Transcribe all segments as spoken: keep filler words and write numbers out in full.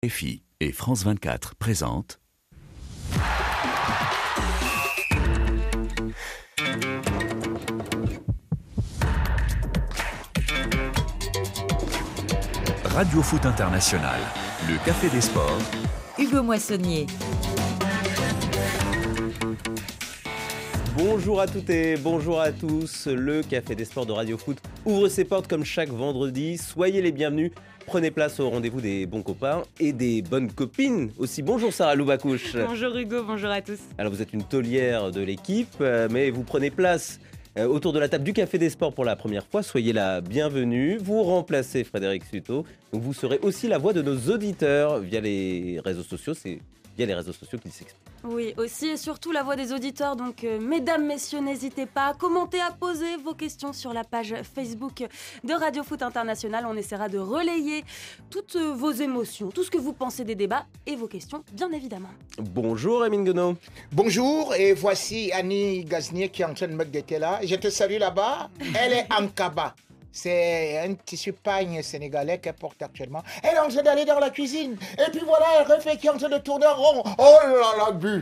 F I et France vingt-quatre présentent Radio Foot International, le Café des Sports. Hugo Moissonnier. Bonjour à toutes et bonjour à tous. Le Café des Sports de Radio Foot ouvre ses portes comme chaque vendredi. Soyez les bienvenus. Prenez place au rendez-vous des bons copains et des bonnes copines aussi. Bonjour Sarah Loubacouche. Bonjour Hugo, bonjour à tous. Alors vous êtes une taulière de l'équipe, mais vous prenez place autour de la table du Café des Sports pour la première fois. Soyez la bienvenue. Vous remplacez Frédéric Suto. Donc vous serez aussi la voix de nos auditeurs via les réseaux sociaux. C'est via les réseaux sociaux qu'ils s'expriment. Oui, aussi et surtout la voix des auditeurs. Donc, euh, mesdames, messieurs, n'hésitez pas à commenter, à poser vos questions sur la page Facebook de Radio Foot International. On essaiera de relayer toutes euh, vos émotions, tout ce que vous pensez des débats et vos questions, bien évidemment. Bonjour, Amine Gono. Bonjour, et voici Annie Gaznier qui est en train de me guetter là. Je te salue là-bas. Elle est en kaba. C'est un tissu pagne sénégalais qu'elle porte actuellement. Elle est en train d'aller dans la cuisine. Et puis voilà, elle refait qui est en train de tourner en rond. Oh là là, bu.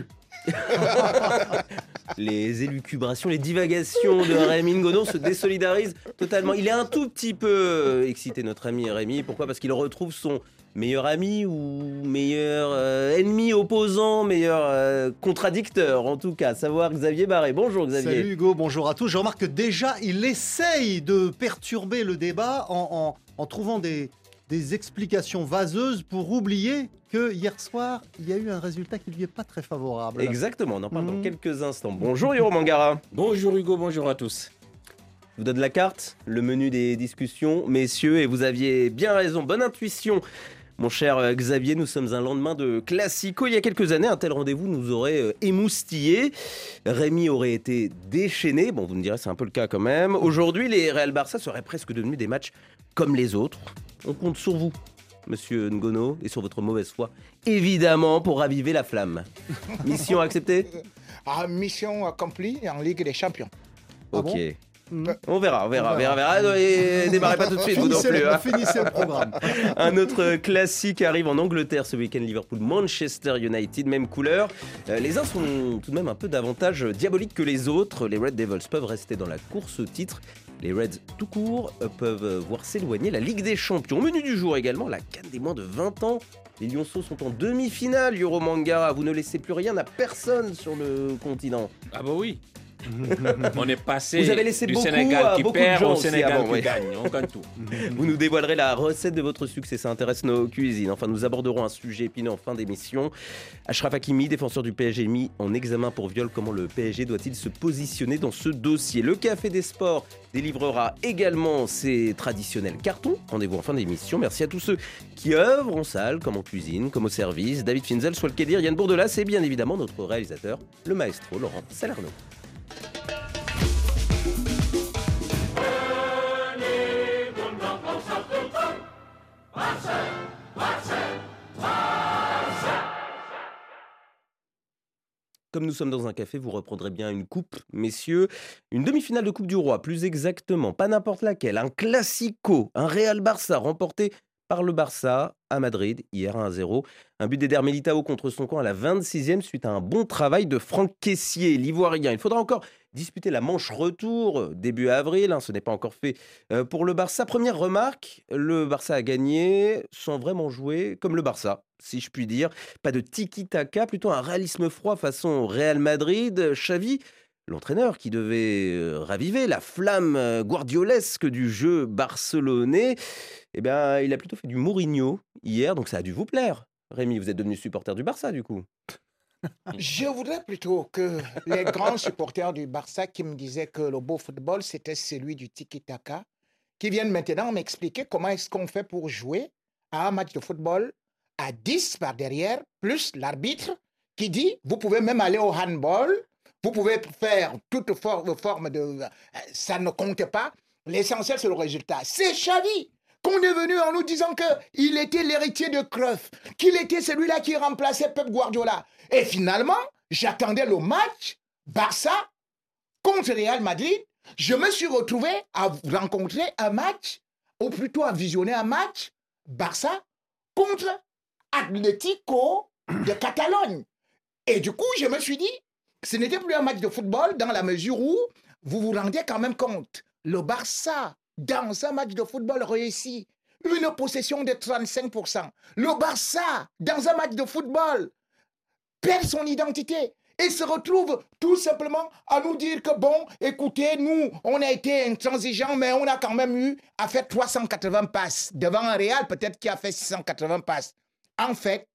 Les élucubrations, les divagations de Rémi Ngono se désolidarisent totalement. Il est un tout petit peu excité, notre ami Rémi. Pourquoi ? Parce qu'il retrouve son meilleur ami ou meilleur euh, ennemi opposant, meilleur euh, contradicteur en tout cas, savoir Xavier Barré. Bonjour Xavier. Salut Hugo, bonjour à tous. Je remarque que déjà il essaye de perturber le débat en, en, en trouvant des, des explications vaseuses pour oublier que hier soir il y a eu un résultat qui lui est pas très favorable. Exactement, on en parle mmh. dans quelques instants. Bonjour Yoro Mangara. Bonjour Hugo, bonjour à tous. Je vous donne la carte, le menu des discussions, messieurs, et vous aviez bien raison, bonne intuition. Mon cher Xavier, nous sommes un lendemain de Classico. Il y a quelques années, un tel rendez-vous nous aurait émoustillé. Rémi aurait été déchaîné. Bon, vous me direz, c'est un peu le cas quand même. Aujourd'hui, les Real Barça seraient presque devenus des matchs comme les autres. On compte sur vous, monsieur Ngono, et sur votre mauvaise foi, évidemment, pour raviver la flamme. Mission acceptée ? Ah, mission accomplie en Ligue des Champions. Ok. Ah bon Mmh. On verra, on verra, on verra, on verra. Non, et démarrez pas tout de suite, vous non plus. Hein. Finissez le programme. Un autre classique arrive en Angleterre ce week-end, Liverpool-Manchester United, même couleur. Euh, les uns sont tout de même un peu davantage diaboliques que les autres. Les Red Devils peuvent rester dans la course au titre. Les Reds tout court euh, peuvent voir s'éloigner la Ligue des Champions. Au menu du jour également, la CAN des moins de vingt ans. Les Lionceaux sont en demi-finale, Yoro Mangara. Vous ne laissez plus rien à personne sur le continent. Ah bah oui. On est passé Vous avez laissé du beaucoup Sénégal à qui beaucoup perd de gens au Sénégal avant, qui ouais. gagne, on gagne tout. Vous nous dévoilerez la recette de votre succès, ça intéresse nos cuisines. Enfin, nous aborderons un sujet épineux en fin d'émission. Achraf Hakimi, défenseur du P S G, mis en examen pour viol. Comment le P S G doit-il se positionner dans ce dossier ? Le Café des Sports délivrera également ses traditionnels cartons. Rendez-vous en fin d'émission. Merci à tous ceux qui œuvrent en salle, comme en cuisine, comme au service. David Finzel, Souel Kedir, Yann Bourdelas et bien évidemment notre réalisateur, le maestro Laurent Salerno. Comme nous sommes dans un café, vous reprendrez bien une coupe, messieurs. Une demi-finale de Coupe du Roi, plus exactement. Pas n'importe laquelle. Un Classico, un Real Barça remporté par le Barça à Madrid, hier un à zéro. Un but d'Eder Militao contre son camp à la vingt-sixième suite à un bon travail de Franck Kessié, l'Ivoirien. Il faudra encore disputer la manche retour début avril, hein, ce n'est pas encore fait euh, pour le Barça. Première remarque, le Barça a gagné sans vraiment jouer comme le Barça, si je puis dire. Pas de tiki-taka, plutôt un réalisme froid façon Real Madrid. Xavi, l'entraîneur qui devait euh, raviver la flamme euh, guardiolesque du jeu barcelonais, eh bien, il a plutôt fait du Mourinho hier, donc ça a dû vous plaire. Rémi, vous êtes devenu supporter du Barça du coup. Je voudrais plutôt que les grands supporters du Barça qui me disaient que le beau football, c'était celui du tiki-taka, qui viennent maintenant m'expliquer comment est-ce qu'on fait pour jouer à un match de football à dix par derrière, plus l'arbitre qui dit, vous pouvez même aller au handball, vous pouvez faire toute forme, forme de... Ça ne compte pas. L'essentiel, c'est le résultat. C'est Xavi qu'on est venu en nous disant qu'il était l'héritier de Cruyff, qu'il était celui-là qui remplaçait Pep Guardiola. Et finalement, j'attendais le match Barça contre Real Madrid. Je me suis retrouvé à rencontrer un match, ou plutôt à visionner un match Barça contre Atlético de Catalogne. Et du coup, je me suis dit, ce n'était plus un match de football dans la mesure où vous vous rendiez quand même compte. Le Barça, dans un match de football réussi, une possession de trente-cinq pour cent. Le Barça, dans un match de football, perd son identité et se retrouve tout simplement à nous dire que bon, écoutez, nous, on a été intransigeants, mais on a quand même eu à faire trois cent quatre-vingts passes devant un Real, peut-être qui a fait six cent quatre-vingts passes. En fait,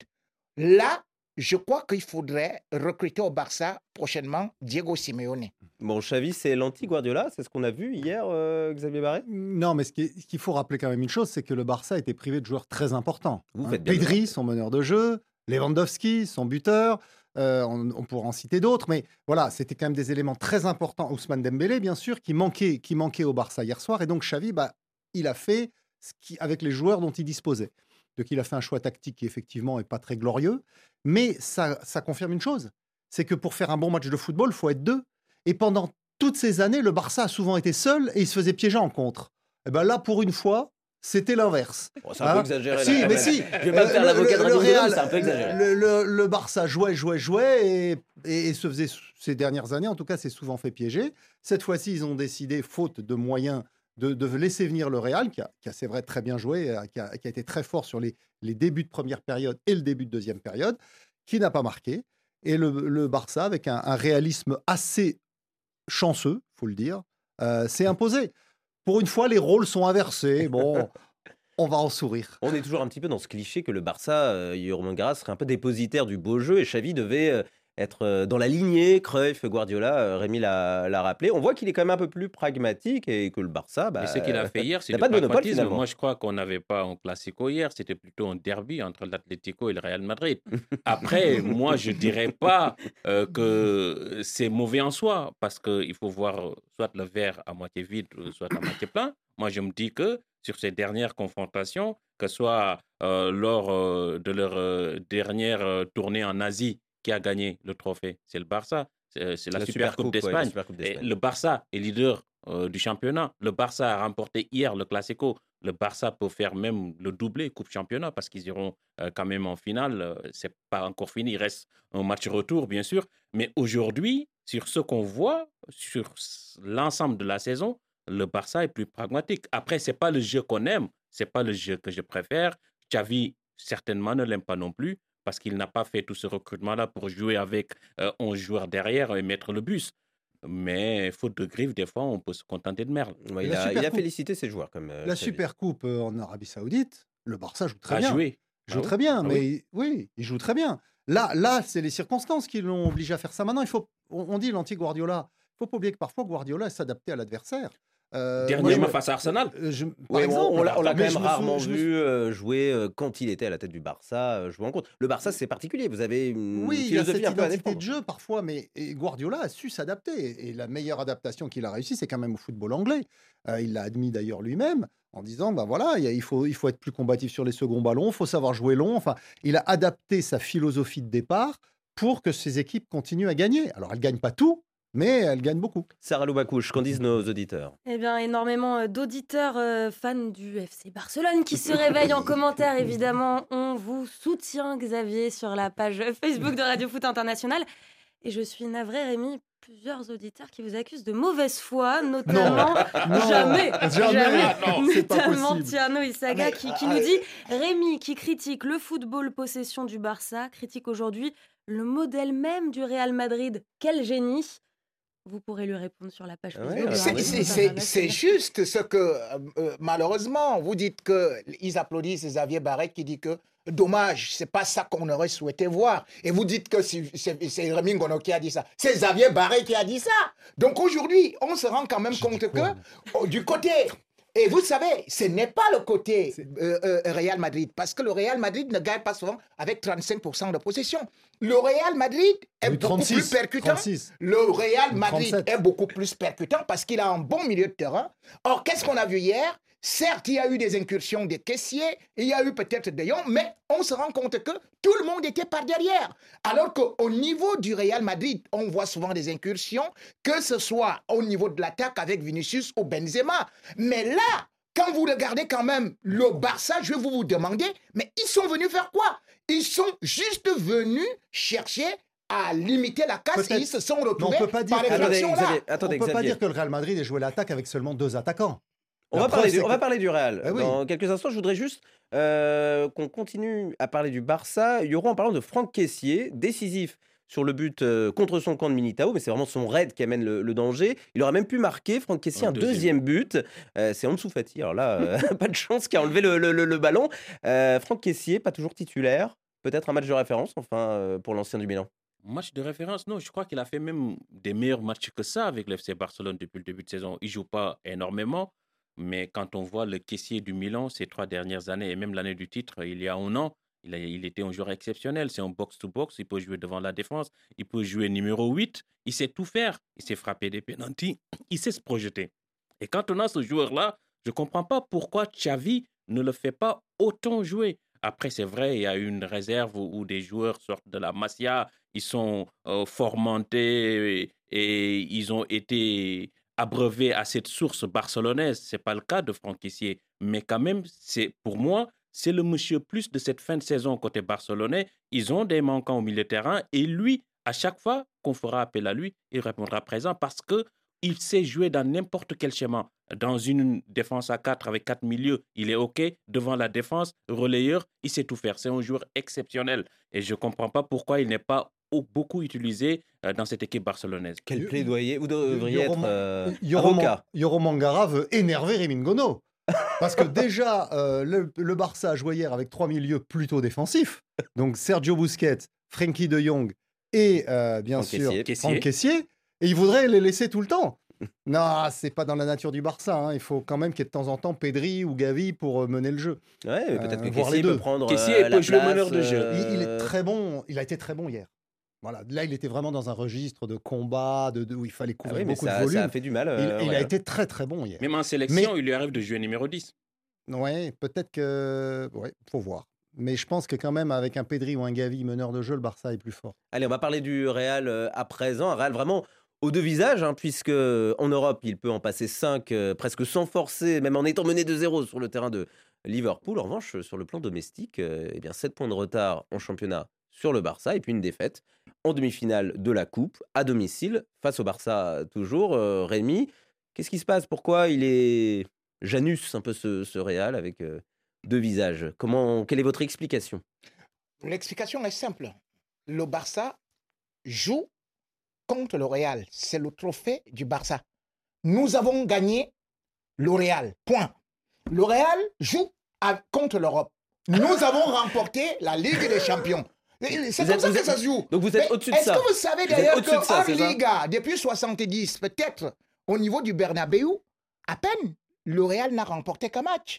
là, je crois qu'il faudrait recruter au Barça prochainement Diego Simeone. Bon, Xavi, c'est l'anti-Guardiola, c'est ce qu'on a vu hier, euh, Xavier Barret. Non, mais ce qui est- ce qu'il faut rappeler quand même une chose, c'est que le Barça était privé de joueurs très importants. Vous Hein, faites bien de le Pedri, rappeler. son meneur de jeu, Lewandowski, son buteur, euh, on, on pourra en citer d'autres, mais voilà, c'était quand même des éléments très importants. Ousmane Dembélé, bien sûr, qui manquait, qui manquait au Barça hier soir, et donc Xavi, bah, il a fait ce qui, avec les joueurs dont il disposait. Donc il a fait un choix tactique qui effectivement est pas très glorieux, mais ça, ça confirme une chose, c'est que pour faire un bon match de football, il faut être deux. Et pendant toutes ces années, le Barça a souvent été seul et il se faisait piéger en contre. Et ben là, pour une fois, c'était l'inverse. Bon, c'est un peu Hein exagéré. Si, là, mais quand si. même. Je vais pas me Euh, faire le- l'avocat de le- le Radio Real, c'est un peu exagéré. Le, le- le Barça jouait, jouait, jouait et, et, et se faisait, ces dernières années, en tout cas, s'est souvent fait piéger. Cette fois-ci, ils ont décidé, faute de moyens, de, de laisser venir le Real, qui a, qui a c'est vrai, très bien joué, euh, qui a, qui a été très fort sur les, les débuts de première période et le début de deuxième période, qui n'a pas marqué. Et le, le Barça, avec un, un réalisme assez chanceux, faut le dire, euh, s'est imposé. Pour une fois, les rôles sont inversés. Bon, on va en sourire. On est toujours un petit peu dans ce cliché que le Barça, euh, Jürgen Gras, serait un peu dépositaire du beau jeu et Xavi devait euh, être euh, dans la lignée Cruyff, Guardiola, euh, Rémi l'a, l'a rappelé. On voit qu'il est quand même un peu plus pragmatique et que le Barça, bah, Mais ce qu'il a fait hier, c'est n'a du pas de monopole, pragmatisme. finalement. Moi, je crois qu'on n'avait pas un classico hier, c'était plutôt un derby entre l'Atlético et le Real Madrid. Après, moi, je dirais pas euh, que c'est mauvais en soi, parce qu'il faut voir euh, soit le verre à moitié vide, euh, soit à moitié plein. Moi, je me dis que sur ces dernières confrontations, que ce soit euh, lors euh, de leur euh, dernière euh, tournée en Asie, qui a gagné le trophée? C'est le Barça. C'est c'est la, La Super Coupe ouais, la d'Espagne. Super Coupe Et d'Espagne. le Barça est leader euh, du championnat. Le Barça a remporté hier le Classico. Le Barça peut faire même le doublé Coupe Championnat parce qu'ils iront euh, quand même en finale. Euh, c'est pas encore fini. Il reste un match retour, bien sûr. Mais aujourd'hui, sur ce qu'on voit, sur s- l'ensemble de la saison, le Barça est plus pragmatique. Après, c'est pas le jeu qu'on aime. C'est pas le jeu que je préfère. Xavi, certainement, ne l'aime pas non plus parce qu'il n'a pas fait tout ce recrutement-là pour jouer avec euh, onze joueurs derrière et mettre le bus. Mais faute de griffe, des fois, on peut se contenter de merde. Ouais, il, La a, Super il a Coupe. félicité ses joueurs comme euh, La Xavi. Super Coupe euh, en Arabie Saoudite, le Barça joue très À bien. jouer. joue Ah très oui bien, Ah mais oui. il joue très bien. Là, là, c'est les circonstances qui l'ont obligé à faire ça. Maintenant, il faut, on, on dit l'anti-Guardiola. Il faut pas oublier que parfois Guardiola s'adaptait à l'adversaire. Euh, Dernièrement moi, je- face à Arsenal. euh, je- par Oui, on- exemple, on l'a on l'a quand mais même je me rarement sou- je me vu euh, jouer euh, quand il était à la tête du Barça, euh, jouer en contre. Le Barça, c'est particulier. Vous avez une Oui, il y a cette philosophie un peu à identité défendre. de jeu parfois, mais et Guardiola a su s'adapter. Et la meilleure adaptation qu'il a réussi, c'est quand même au football anglais. Euh, il l'a admis d'ailleurs lui-même en disant, ben voilà, il y a- il faut, il faut être plus combatif sur les seconds ballons, il faut savoir jouer long. Enfin, il a adapté sa philosophie de départ pour que ses équipes continuent à gagner. Alors, elles ne gagnent pas tout, mais elles gagnent beaucoup. Sarah Loubacouche, qu'en disent nos auditeurs? Eh bien, énormément euh, d'auditeurs euh, fans du F C Barcelone qui se réveillent en commentaire. Évidemment, on vous soutient, Xavier, sur la page Facebook de Radio Foot International. Et je suis navrée, Rémi, plusieurs auditeurs qui vous accusent de mauvaise foi, notamment... Non, Jamais, jamais. non, c'est pas Notamment possible. Tiano Isaga Mais, qui, euh, qui nous dit Rémi qui critique le football possession du Barça, critique aujourd'hui le modèle même du Real Madrid. Quel génie! Vous pourrez lui répondre sur la page Ouais, Facebook. de alors, C'est- Radio C'est Foot c'est- c'est International. juste ce que, euh, euh, malheureusement, vous dites qu'ils applaudissent Xavier Barret qui dit que dommage, c'est pas ça qu'on aurait souhaité voir. Et vous dites que c'est c'est- c'est Rémi Ngono qui a dit ça. C'est Xavier Barret qui a dit ça. Donc aujourd'hui, on se rend quand même compte que oh, du côté... Et vous savez, ce n'est pas le côté euh, euh, Real Madrid, parce que le Real Madrid ne gagne pas souvent avec trente-cinq pour cent de possession. Le Real Madrid est Oui, beaucoup plus percutant. trente-six. Le Real Madrid trente-sept. est beaucoup plus percutant parce qu'il a un bon milieu de terrain. Or, qu'est-ce qu'on a vu hier? Certes, il y a eu des incursions des caissiers, il y a eu peut-être des Jong, mais on se rend compte que tout le monde était par derrière. Alors qu'au niveau du Real Madrid, on voit souvent des incursions, que ce soit au niveau de l'attaque avec Vinicius ou Benzema. Mais là, quand vous regardez quand même le Barça, je vais vous vous demander, mais ils sont venus faire quoi? Ils sont juste venus chercher à limiter la casse et ils se sont retrouvés on peut pas dire par les Attendez, fractions là. Xavier, On attendez, ne peut pas Xavier. dire que le Real Madrid ait joué l'attaque avec seulement deux attaquants. On La va, preuve, parler du, c'est on va que- parler du Real. Eh oui. Dans quelques instants, je voudrais juste euh, qu'on continue à parler du Barça. Yoro en parlant de Franck Kessié, décisif sur le but euh, contre son camp de Militao, mais c'est vraiment son raid qui amène le, le danger. Il aurait même pu marquer, Franck Kessié, Un un deuxième. deuxième but. Euh, c'est Ansu Fati. Alors là, euh, pas de chance qui a enlevé le, le- le- le ballon. Euh, Franck Kessié, pas toujours titulaire. Peut-être un match de référence, enfin, euh, pour l'ancien du Milan. Match de référence, non, je crois qu'il a fait même des meilleurs matchs que ça avec le F C Barcelone depuis le début de saison. Il ne joue pas énormément, mais quand on voit le caissier du Milan ces trois dernières années, et même l'année du titre, il y a un an, il, a- il était un joueur exceptionnel. C'est un box-to-box, il peut jouer devant la défense, il peut jouer numéro huit, il sait tout faire. Il sait frapper des pénaltys, il sait se projeter. Et quand on a ce joueur-là, je ne comprends pas pourquoi Xavi ne le fait pas autant jouer. Après, c'est vrai, il y a une réserve où, où des joueurs sortent de la Masia, ils sont euh, formantés et, et ils ont été abreuvés à cette source barcelonaise. Ce n'est pas le cas de Franck Kessié. Mais quand même, c'est, pour moi, c'est le monsieur plus de cette fin de saison côté barcelonais. Ils ont des manquants au milieu de terrain et lui, à chaque fois qu'on fera appel à lui, il répondra présent parce que il sait jouer dans n'importe quel schéma. Dans une défense à quatre avec quatre milieux, il est OK. Devant la défense, relayeur, il sait tout faire. C'est un joueur exceptionnel. Et je ne comprends pas pourquoi il n'est pas au- beaucoup utilisé euh, dans cette équipe barcelonaise. Quel Yo- plaidoyer. Vous devriez Yoro être Man- euh, Yoro Man- avocat. Yoro Mangara veut énerver Rémin Gono. Parce que déjà, euh, le, le Barça a joué hier avec trois milieux plutôt défensifs. Donc Sergio Busquets, Frenkie de Jong et euh, bien Franck sûr Kessié. Franck Kessié. Et il voudrait les laisser tout le temps. Non, c'est pas dans la nature du Barça. Hein. Il faut quand même qu'il y ait de temps en temps Pedri ou Gavi pour euh, mener le jeu. Ouais, mais peut-être Euh, que voir Kessié les deux. peut prendre Kessié euh, peut la jouer place, meneur de jeu. Il, il est euh, très bon. Il a été très bon hier. Voilà. Là, il était vraiment dans un registre de combat, de, de- où il fallait Ah couvrir oui, mais beaucoup ça, de volume. ça a fait du mal. Il, euh, il ouais. a été très très bon hier. Même en sélection, il lui arrive de jouer numéro dix. Ouais, peut-être que. Ouais, faut voir. Mais je pense que quand même, avec un Pedri ou un Gavi meneur de jeu, le Barça est plus fort. Allez, on va parler du Real euh, à présent. Un Real vraiment aux deux visages, hein, puisque en Europe, il peut en passer cinq presque sans forcer, même en étant mené de zéro sur le terrain de Liverpool. En revanche, sur le plan domestique, euh, eh bien, sept points de retard en championnat sur le Barça et puis une défaite en demi-finale de la Coupe à domicile face au Barça toujours. Euh, Rémi, qu'est-ce qui se passe? Pourquoi il est Janus un peu ce, ce Real avec euh, deux visages? Comment, quelle est votre explication? L'explication est simple. Le Barça joue contre le Real. C'est le trophée du Barça. Nous avons gagné le Real. Point. Le Real joue à- contre l'Europe. Nous avons remporté la Ligue des Champions. Et C'est Vous comme êtes- ça vous que êtes- ça se joue. Donc vous êtes Mais au-dessus de Est-ce ça. que vous savez Vous êtes d'ailleurs au-dessus de ça, qu'en c'est ça Liga, depuis soixante-dix, peut-être au niveau du Bernabéu, à peine, le Real n'a remporté qu'un match.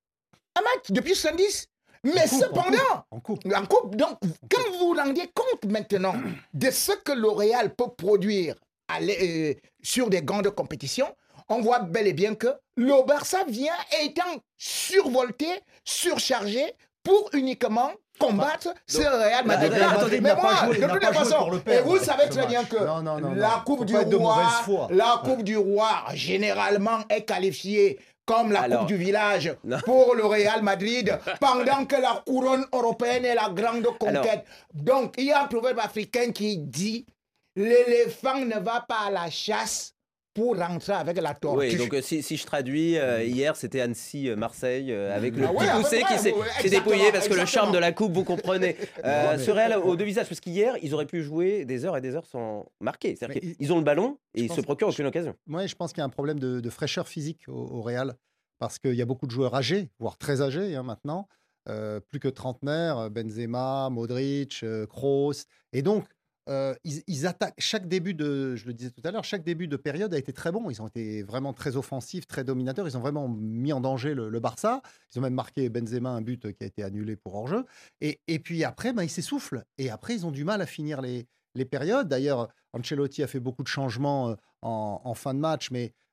Un match depuis soixante-dix. Mais En coupe, en cependant, En coupe. en coupe, donc, quand vous vous rendez compte maintenant de ce que le Real peut produire à l'e- euh, sur des grandes compétitions, on voit bel et bien que le Barça vient étant survolté, surchargé pour uniquement combattre ce Real bah, Madrid. attendez, attendez, il Mais n'a pas moi, joué- il de n'a toutes pas les joué façons, pour le et perdre, vous savez ce très bien match. que Non, non, non, la non. Coupe Faut du pas être de Roi, mauvaise foi. la Coupe du Roi, généralement est qualifiée comme la Alors, Coupe du village non. pour le Real Madrid, pendant que la couronne européenne est la grande conquête. Donc, il y a un proverbe africain qui dit l'éléphant ne va pas à la chasse pour rentrer avec la tortue. Oui, donc euh, si, si je traduis, euh, hier c'était Annecy-Marseille euh, avec le Ah ouais, petit à peu poussé près, qui s'est ouais, s'est exactement, dépouillé parce que le exactement. charme de la coupe, vous comprenez. Euh, Non, mais- Ce Real aux deux visages, parce qu'hier ils auraient pu jouer des heures et des heures sans marquer. C'est-à-dire Mais qu'ils ont le ballon et je ils se pense- procurent aucune occasion. Moi, je pense qu'il y a un problème de, de fraîcheur physique au, au Real, parce qu'il y a beaucoup de joueurs âgés, voire très âgés hein, maintenant, euh, plus que trentenaires, Benzema, Modric, euh, Kroos. Et donc, euh, ils, ils attaquent. Chaque début de, je le disais tout à l'heure, chaque début de période a été très bon. Ils ont été vraiment très offensifs, très dominateurs. Ils ont vraiment mis en danger le, le Barça. Ils ont même marqué Benzema un but qui a été annulé pour hors-jeu. Et, et puis après, ben, ils s'essoufflent. Et après, ils ont du mal à finir les, les périodes. D'ailleurs, Ancelotti a fait beaucoup de changements euh, en, en fin de match, mais euh,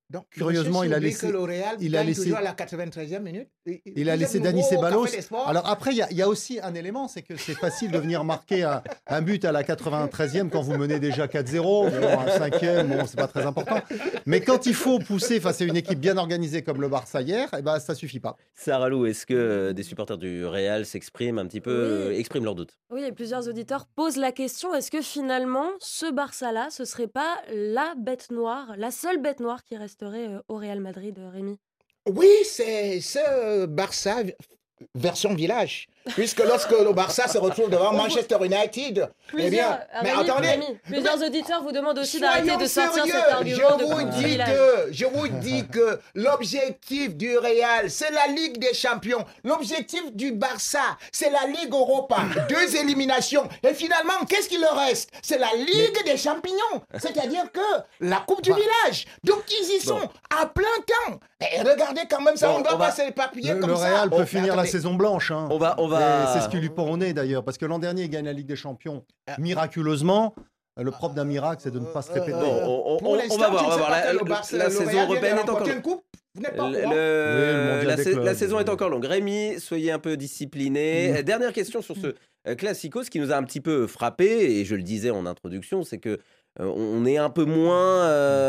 Donc, Curieusement, il a laissé- que le Real il a gagne laissé- toujours à la quatre-vingt-treizième minute. Il a Vous laissé êtes Dani nouveau au Ceballos. Café des Sports. Alors après, il y, a- il y a aussi un élément, c'est que c'est facile de venir marquer un, un but à la quatre-vingt-treizième quand vous menez déjà quatre zéro. Bon, un cinquième, bon, c'est pas très important. Mais quand il faut pousser face à une équipe bien organisée comme le Barça hier, eh ben, ça suffit pas. Sarah Lou, est-ce que euh, des supporters du Real s'expriment un petit peu, Oui. euh, expriment leurs doutes? Oui, et plusieurs auditeurs posent la question, est-ce que finalement, ce Barça-là, ce serait pas la bête noire, la seule bête noire qui resterait euh, au Real Madrid, euh, Rémi? Oui, c'est ce Barça version village. Puisque lorsque le Barça se retrouve devant Manchester United, eh bien, mais Rémi, attendez, Rémi, plusieurs auditeurs vous demandent aussi soyons d'arrêter de sortir sérieux. cet argument Je de vous coup de dis village. que, je vous dis que l'objectif du Real, c'est la Ligue des Champions. L'objectif du Barça, c'est la Ligue Europa. Deux éliminations. Et finalement, qu'est-ce qu'il leur reste? C'est la Ligue des Champignons. C'est-à-dire que la Coupe du Bah. village. Donc ils y sont Bon. à plein temps. Et regardez quand même ça, Bon, on ne doit on va- pas s'éparpiller Le, comme le ça. Real peut Oh, finir la attendez. saison blanche. hein. On va, on Et va. c'est ce qui lui pend au nez d'ailleurs, parce que l'an dernier, il gagne la Ligue des Champions miraculeusement. Le propre d'un miracle, c'est de ne pas se répéter. Euh, Bon, on, on- Pour on l'instant, va voir, tu on ne va sais voir. pas La, que le Barça- la le saison Real vient de européenne est remporter encore une coupe. Vous n'êtes pas au Le- courant le- Oui, le mondial la, des sa- clubs. la saison est encore longue. Rémi, soyez un peu discipliné. Euh, Dernière question sur ce euh, Classico. Ce qui nous a un petit peu frappé, et je le disais en introduction, c'est que euh, on est un peu moins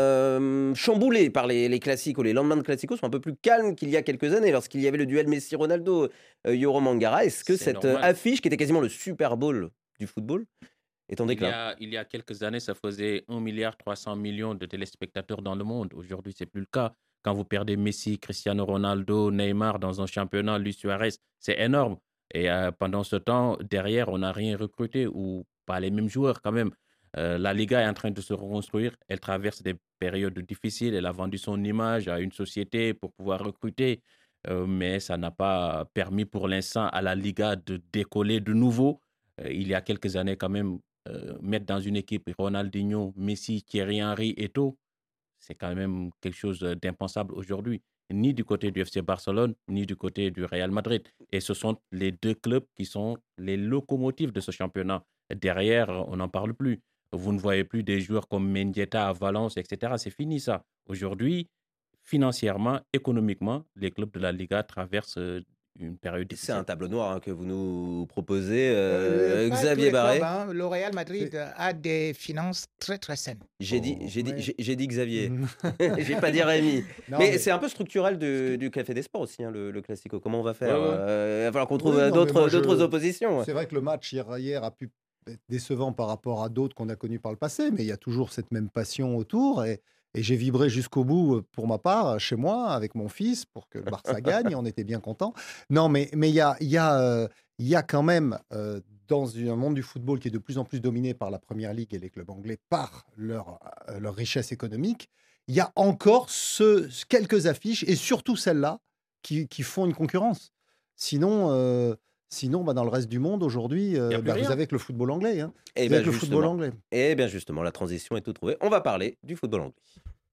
euh, chamboulé par les, les Classicos. Les lendemains de Classico sont un peu plus calmes qu'il y a quelques années, lorsqu'il y avait le duel Messi-Ronaldo, euh, Yoro Mangara. Est-ce que C'est cette euh, normal. affiche, qui était quasiment le Super Bowl du football, est en Il y, déclin? a, il y a quelques années, ça faisait un milliard trois cents millions de téléspectateurs dans le monde. Aujourd'hui, ce n'est plus le cas. Quand vous perdez Messi, Cristiano Ronaldo, Neymar dans un championnat, Luis Suarez, c'est énorme. Et euh, pendant ce temps, derrière, on n'a rien recruté ou pas les mêmes joueurs quand même. Euh, la Liga est en train de se reconstruire. Elle traverse des périodes difficiles. Elle a vendu son image à une société pour pouvoir recruter. Euh, mais ça n'a pas permis pour l'instant à la Liga de décoller de nouveau. Euh, il y a quelques années quand même, euh, mettre dans une équipe Ronaldinho, Messi, Thierry Henry, Eto'o, c'est quand même quelque chose d'impensable aujourd'hui, ni du côté du F C Barcelone, ni du côté du Real Madrid. Et ce sont les deux clubs qui sont les locomotives de ce championnat. Derrière, on n'en parle plus. Vous ne voyez plus des joueurs comme Mendieta à Valence, et cetera. C'est fini ça. Aujourd'hui, financièrement, économiquement, les clubs de la Liga traversent euh, une période C'est difficile. un tableau noir hein, que vous nous proposez, Euh, euh, pas tous Xavier les Barré. clubs, hein. Le Real Madrid a des finances très très saines. J'ai dit, Oh, j'ai dit, ouais. j'ai- j'ai dit Xavier. Mm. J'ai pas dit Rémi. Non, mais mais- c'est un peu structurel du, du Café des Sports aussi, hein, le, le Classico. Comment on va faire? Ouais, ouais. Euh, Il va falloir qu'on trouve Oui, euh, non, mais d'autres moi, je- d'autres oppositions. C'est vrai que le match hier, hier a pu être décevant par rapport à d'autres qu'on a connus par le passé, mais il y a toujours cette même passion autour. Et, et j'ai vibré jusqu'au bout, euh, pour ma part, chez moi, avec mon fils, pour que le Barça gagne. On était bien contents. Non, mais mais il y a, il y, a, euh, il y a quand même, euh, dans un monde du football qui est de plus en plus dominé par la Première Ligue et les clubs anglais, par leur, euh, leur richesse économique, il y a encore ce, quelques affiches, et surtout celles-là, qui, qui font une concurrence. Sinon... euh, Sinon, bah, dans le reste du monde, aujourd'hui, euh, Y a plus bah, vous rien. avez que le football anglais. Hein. Et Vous avez bien que le football justement, anglais. et bien justement, la transition est tout trouvée. On va parler du football anglais.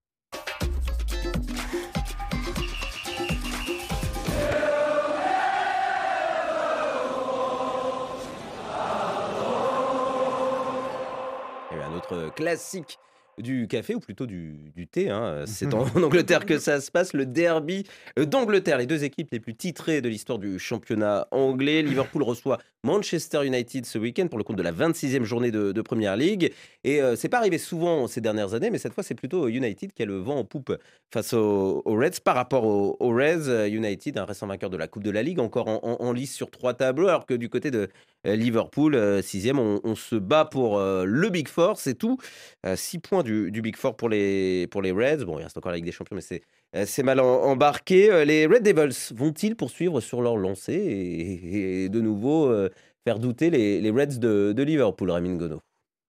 Et bien, un autre classique du café, ou plutôt du, du thé. Hein. C'est en, en Angleterre que ça se passe, le derby d'Angleterre. Les deux équipes les plus titrées de l'histoire du championnat anglais. Liverpool reçoit Manchester United ce week-end pour le compte de la vingt-sixième journée de, de Premier League. Et euh, c'est pas arrivé souvent ces dernières années, mais cette fois, c'est plutôt United qui a le vent en poupe face aux, aux Reds. Par rapport aux, aux Reds, euh, United, un récent vainqueur de la Coupe de la Ligue, encore en, en- en lice sur trois tableaux, alors que du côté de euh, Liverpool, euh, sixième, on, on se bat pour euh, le Big Four, c'est tout. Euh, six points du, du Big Four pour les, pour les Reds. Bon, il reste encore la Ligue des Champions, mais c'est, euh, c'est mal en- embarqué. Euh, Les Red Devils vont-ils poursuivre sur leur lancée et, et de nouveau euh, faire douter les, les Reds de, de Liverpool, Ramin Gono?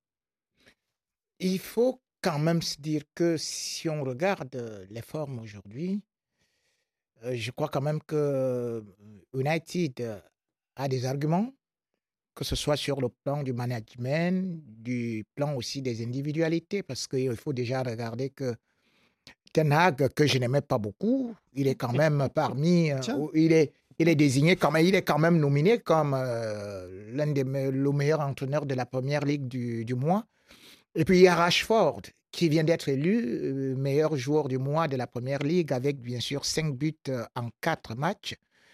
Il faut quand même se dire que si on regarde euh, les formes aujourd'hui, euh, je crois quand même que euh, United euh, a des arguments, que ce soit sur le plan du management, du plan aussi des individualités, parce qu'il faut déjà regarder que Ten Hag, que je n'aimais pas beaucoup, il est quand même parmi, euh, Tiens. il est, il est désigné comme, il est quand même nominé comme euh, l'un des me- le meilleur entraîneur de la première ligue du, du mois. Et puis il y a Rashford, qui vient d'être élu euh, meilleur joueur du mois de la Première Ligue avec bien sûr cinq buts euh, en quatre matchs.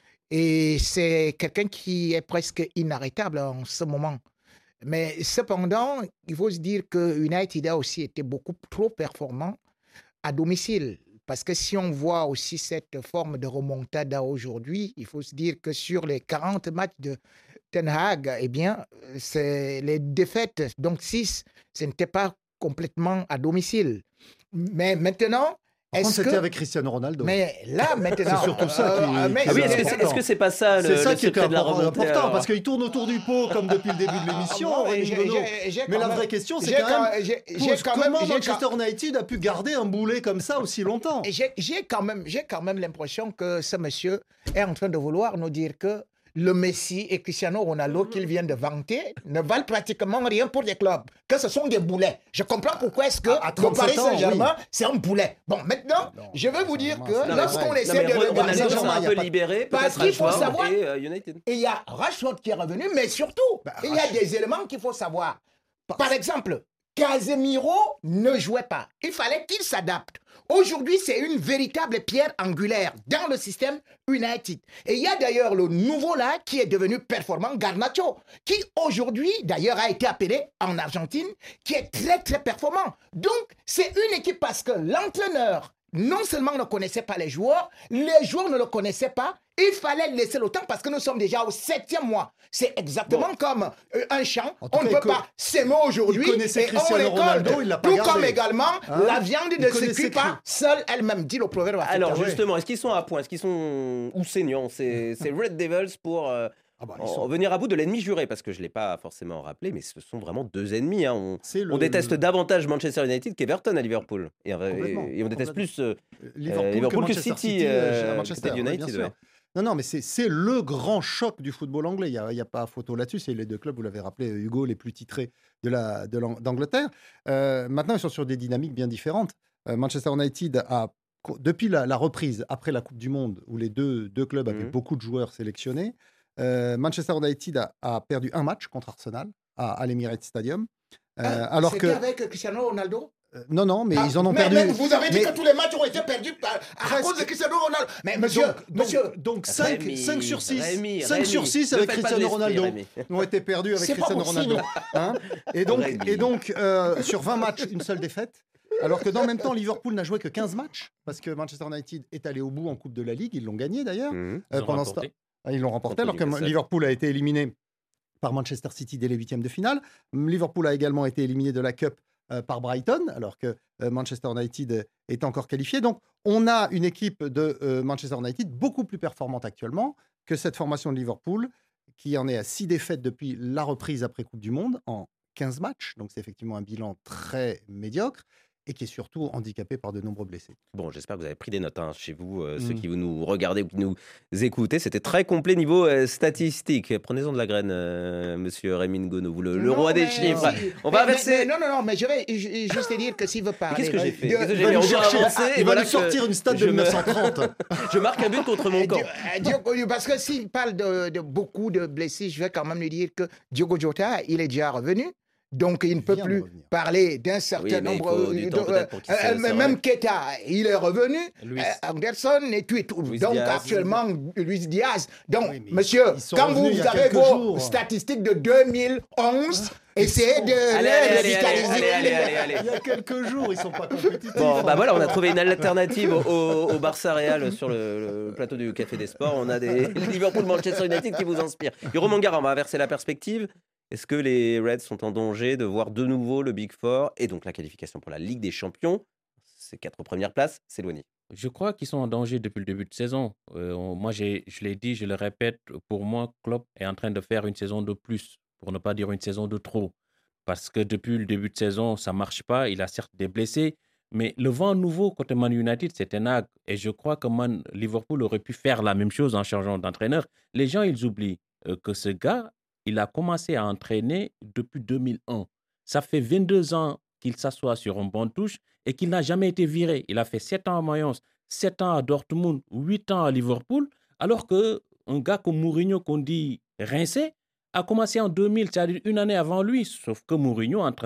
Et c'est quelqu'un qui est presque inarrêtable en ce moment. Mais cependant, il faut se dire que United a aussi été beaucoup trop performant à domicile. Parce que si on voit aussi cette forme de remontada aujourd'hui, il faut se dire que sur les quarante matchs de Ten Hag, eh bien, c'est les défaites, donc six, ce n'était pas complètement à domicile. Mais maintenant, Par contre, est-ce c'était que... avec Cristiano Ronaldo. Mais là, maintenant... C'est surtout ça qui- euh, mais Ah oui, c'est est-ce que c'est, important. est-ce que c'est pas ça le, C'est ça le qui était secret de la important, remontée important, alors parce qu'il tourne autour du pot comme depuis le début de l'émission, Ah, bon, Rémi j'ai- Gonneau. j'ai- j'ai Mais quand la même- vraie question, c'est j'ai quand même j'ai- pour- j'ai quand même- comment j'ai quand- Manchester United a pu garder un boulet comme ça aussi longtemps. Et J'ai j'ai quand même, j'ai quand même l'impression que ce monsieur est en train de vouloir nous dire que le Messi et Cristiano Ronaldo qu'il vient de vanter ne valent pratiquement rien pour les clubs, que ce sont des boulets. Je comprends pourquoi est-ce que À- à le trente-sept Paris ans, Saint-Germain, c'est un boulet. Bon, maintenant, Non, je vais vous dire non, que c'est pas lorsqu'on vrai. essaie Non, mais de Ronaldo regarder... s'est Saint-Germain, un il y a peu pas- libéré, Parce peut-être qu'il faut Rashford savoir- et euh, United. Et il y a Rashford qui est revenu, mais surtout, Bah, il y a Rash- des éléments qu'il faut savoir. Par exemple, Casemiro ne jouait pas. Il fallait qu'il s'adapte. Aujourd'hui, c'est une véritable pierre angulaire dans le système United. Et il y a d'ailleurs le nouveau là qui est devenu performant, Garnacho, qui aujourd'hui d'ailleurs a été appelé en Argentine, qui est très très performant. Donc, c'est une équipe parce que l'entraîneur non seulement ne connaissait pas les joueurs, les joueurs ne le connaissaient pas. Il fallait laisser le temps parce que nous sommes déjà au septième mois. C'est exactement comme euh, un champ. En tout On ne cas, peut il co- pas s'aimer aujourd'hui il connaissait et on Cristiano récolte. Ronaldo, il l'a pas Tout gardé. comme également, Hein la viande Il ne se connaissait cuit pas Cri- seule elle-même, dit le proverbe africain. Alors ouais. justement, est-ce qu'ils sont à point? Est-ce qu'ils sont ou saignants ces, ces Red Devils pour euh, Ah bah, ils en- sont- venir à bout de l'ennemi juré? Parce que je ne l'ai pas forcément rappelé, mais ce sont vraiment deux ennemis. hein. On, c'est le- on déteste le- davantage Manchester United qu'Everton à Liverpool. Et, et- Complètement, et on déteste complètement. plus euh, Liverpool, euh, Liverpool que que Manchester City, City, euh, à Manchester que United, United, bien sûr. ouais. Non, non, mais c'est, c'est le grand choc du football anglais. Il n'y a, il y a pas photo là-dessus. C'est les deux clubs, vous l'avez rappelé, Hugo, les plus titrés de la, de l'Ang- d'Angleterre. Euh, maintenant, ils sont sur des dynamiques bien différentes. Euh, Manchester United a, depuis la, la reprise, après la Coupe du Monde, où les deux, deux clubs avaient Mhm. beaucoup de joueurs sélectionnés, euh, Manchester United a, a perdu un match contre Arsenal à, à l'Emirates Stadium. Euh, Hein, alors c'était que. avec Cristiano Ronaldo. euh, non, non, mais Ah, ils en ont mais- perdu. mais vous avez dit mais- que tous les matchs ont été perdus par- à Presque. cause de Cristiano Ronaldo. Mais monsieur, donc, donc, monsieur, donc cinq, Rémi, cinq sur six, Rémi, cinq Rémi, sur six ne avec faites pas Cristiano de l'esprit, Ronaldo Rémi. ont été perdus avec C'est pas Cristiano possible. Ronaldo. Hein et donc, Rémi. et donc euh, sur vingt matchs, une seule défaite. Alors que dans le même temps, Liverpool n'a joué que quinze matchs, parce que Manchester United est allé au bout en Coupe de la Ligue, ils l'ont gagné d'ailleurs. Mhm. Euh, Ils ont pendant ce remporté. temps- Ah, ils l'ont remporté, Contre alors que Newcastle. Liverpool a été éliminé par Manchester City dès les huitièmes de finale. Liverpool a également été éliminé de la Cup euh, par Brighton, alors que euh, Manchester United est encore qualifié. Donc, on a une équipe de euh, Manchester United beaucoup plus performante actuellement que cette formation de Liverpool, qui en est à six défaites depuis la reprise après Coupe du Monde en quinze matchs. Donc, c'est effectivement un bilan très médiocre et qui est surtout handicapé par de nombreux blessés. Bon, j'espère que vous avez pris des notes hein, chez vous, euh, ceux Mm. qui vous nous regardez ou qui nous écoutez. C'était très complet niveau euh, statistique. Prenez-en de la graine, euh, monsieur Rémi Ngono, vous le, le Non, roi des mais chiffres. si- On va mais- inverser. mais- Non, non, non, mais je vais ju- juste te dire que s'il veut parler. Qu'est-ce que j'ai fait de- Qu'est-ce que Il j'ai va fait nous On doit chercher- avancer, et il va voilà nous que sortir une stat de je me- mille neuf cent trente. Je marque un but contre mon Euh, camp. Dio- euh, Diogo- parce que s'il parle de, de beaucoup de blessés, je vais quand même lui dire que Diogo Jota, il est déjà revenu. Donc, il ne peut vient de plus revenir. parler d'un certain Oui, mais il nombre. faut du euh, temps de- peut-être pour qu'il euh, se- euh, se mais remette. même Keita, il est revenu. Luis. Euh, Anderson et tout et tout. Luis Donc, Diaz. actuellement, Luis Diaz. Donc, Oui, mais monsieur, ils sont quand vous, revenus il y vous a avez quelques vos jours. statistiques de deux mille onze, essayez de Allez, les allez, allez, revitaliser. allez, allez, allez, allez. Il y a quelques jours, ils sont pas compétitifs. Bon, bah hein. voilà, on a trouvé une alternative au, au- au Barça Real sur le, le plateau du Café des Sports. On a des Liverpool Manchester United qui vous inspirent. Yoro Mangara, on va inverser la perspective. Est-ce que les Reds sont en danger de voir de nouveau le Big Four et donc la qualification pour la Ligue des Champions, ces quatre premières places, s'éloigner? Je crois qu'ils sont en danger depuis le début de saison. Euh, on- moi, j'ai, je l'ai dit, je le répète, pour moi, Klopp est en train de faire une saison de plus, pour ne pas dire une saison de trop. Parce que depuis le début de saison, ça ne marche pas. Il a certes des blessés, mais le vent nouveau côté Man United, c'est un ag. Et je crois que Man, Liverpool aurait pu faire la même chose en changeant d'entraîneur. Les gens, ils oublient euh, que ce gars, il a commencé à entraîner depuis deux mille un. Ça fait vingt-deux ans qu'il s'assoit sur un banc de touche et qu'il n'a jamais été viré. Il a fait sept ans à Mayence, sept ans à Dortmund, huit ans à Liverpool, alors qu'un gars comme Mourinho, qu'on dit rincé, a commencé en deux mille, c'est-à-dire une année avant lui. Sauf que Mourinho, entre-temps,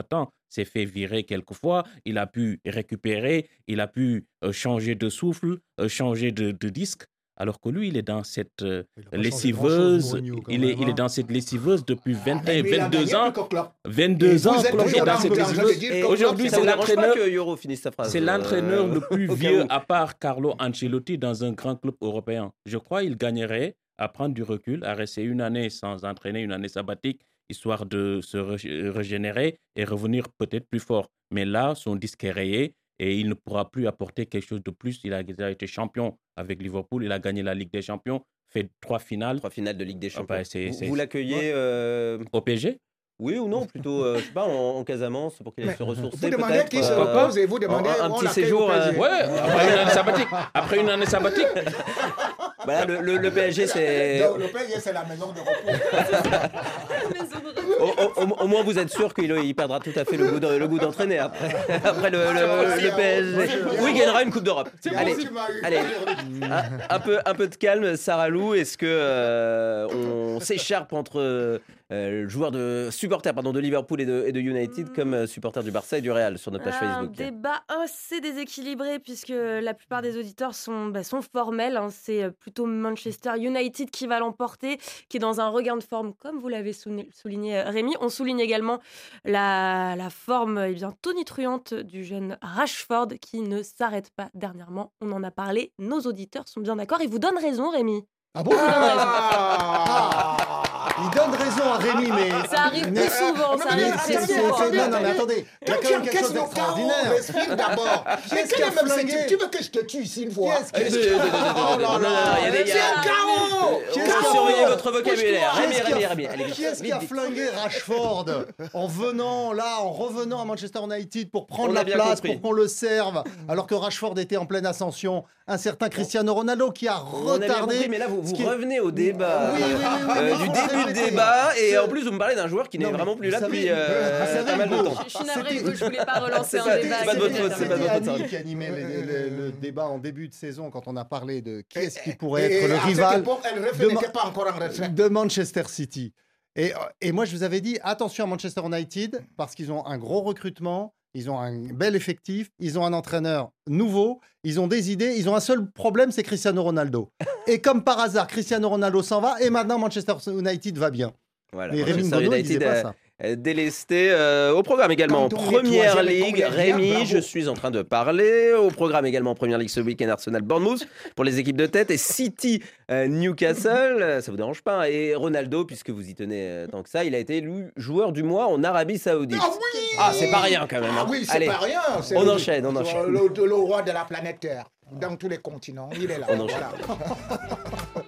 s'est fait virer quelquefois, il a pu récupérer, il a pu euh, changer de souffle, euh, changer de, de disque. Alors que lui, il est dans cette euh, Il a pas changé lessiveuse, grand-chose, Mourinho, quand il est, même, il est hein. dans cette lessiveuse depuis vingt Mais et lui, il a vingt-deux gagné ans. plus que Klopp. Et vingt-deux ans, vous êtes Klopp est toujours dans dans cette le- dans le lessiveuse. dire Et que Aujourd'hui, ça c'est vous dérange pas l'entraîneur. que Euro finisse sa phrase. C'est l'entraîneur euh, le plus au cas vieux, où. à part Carlo Ancelotti, dans un grand club européen. Je crois qu'il gagnerait à prendre du recul, à rester une année sans entraîner, une année sabbatique, histoire de se ré- régénérer et revenir peut-être plus fort. Mais là, son disque est rayé et il ne pourra plus apporter quelque chose de plus. Il a déjà été champion avec Liverpool, il a gagné la Ligue des Champions, fait trois finales Trois finales de Ligue des Ah Champions. bah, c'est- vous c'est- vous l'accueillez, euh, au P S G. oui ou non, plutôt, euh, je sais pas, en, en Casamance pour qu'il aille se ressourcer. Vous demandez peut-être, qui se euh, repose et vous demandez un- un où on petit l'accueille séjour, au P S G. euh, Ouais, après une année sabbatique. Après une année sabbatique. Voilà, le, le- le P S G, c'est. Donc, le P S G, c'est la maison de repos. Maison de Au, au- au- au moins, vous êtes sûr qu'il il perdra tout à fait le goût de- le goût d'entraîner après, après le, le- le P S G. Oui, il gagnera une Coupe d'Europe. Allez, Tu m'as eu. allez. un, un peu, un peu de calme, Sarah Lou. Est-ce que euh, on s'écharpe entre euh, joueurs de supporters pardon, de Liverpool et de, et de United comme euh, supporters du Barça et du Real sur notre page Un Facebook? débat assez déséquilibré puisque la plupart des auditeurs sont, bah, sont formels. hein. C'est euh, plutôt Manchester United qui va l'emporter, qui est dans un regain de forme, comme vous l'avez souligné, souligné, euh, Rémi. On souligne également la, la forme eh bien, tonitruante du jeune Rashford qui ne s'arrête pas dernièrement. On en a parlé, nos auditeurs sont bien d'accord. Ils vous donnent raison, Rémi. Ah bon Ah. Il donne raison à Rémi, mais. Ça arrive mais- plus souvent, ça mais arrive c'est- plus c'est- souvent. c'est- Non, non, mais attendez. Il y a Quand quand tu même quelque encaisses chose nos d'extraordinaire. chaos, respire d'abord. Mais Qu'est-ce quel qui a est même flingué c'est- Tu veux que je te tue ici une fois? Qu'est-ce qui- Est-ce que- Non, non, non, Oh là là, il y a des- il y a- c'est un chaos. Qu'est-ce On qu'il y a- surveiller votre vocabulaire. Qu'est-ce Rémi, qu'il y a- Rémi, Rémi. Allez, vite, Qui est-ce qui vite, a vite. flingué Rashford en venant là, en revenant à Manchester United pour prendre On a la bien place, compris. pour qu'on le serve, alors que Rashford était en pleine ascension? Un certain Cristiano Ronaldo qui a On a bien retardé. compris, mais là, vous, ce vous qui est- revenez au débat Oui, oui, oui, oui, euh, oui, du on début va de répéter. débat. Et C'est- en plus, vous me parlez d'un joueur qui n'est Non, mais vraiment plus vous là savez- depuis euh, vous savez, pas mal de Hugo, temps. Je suis navrée, C'était- Hugo, je voulais pas relancer C'est un ça, débat. c'est pas de votre C'était- faute, c'est pas de votre faute, ça Annie va. qui animait le, le- le débat en début de saison quand on a parlé de qui est-ce qui pourrait Et être le à cette rival époque, El Refe de n'était Ma- pas encore en retraite. de Manchester City. Et, et moi, je vous avais dit, attention à Manchester United, parce qu'ils ont un gros recrutement, ils ont un bel effectif, ils ont un entraîneur nouveau, ils ont des idées, ils ont un seul problème, c'est Cristiano Ronaldo. Et comme par hasard, Cristiano Ronaldo s'en va, et maintenant Manchester United va bien. Voilà, Mais Rémi Manchester Ngono, il United, disait pas euh, ça. euh, délesté euh, au programme également. Quand on est Première troisième et Ligue, qu'on les perd, Rémi, bravo. je suis en train de parler. Au programme également Première Ligue ce week-end, Arsenal Bournemouth pour les équipes de tête et City euh, Newcastle. Euh, Ça vous dérange pas, hein. Et Ronaldo, puisque vous y tenez euh, tant que ça, il a été élu joueur du mois en Arabie Saoudite. Ah oui. Ah, c'est pas rien quand même. Ah hein. oui, c'est Allez, pas rien. c'est on le- enchaîne, on enchaîne. Le, le- le roi de la planète Terre, dans tous les continents, il est là. On enchaîne. Voilà.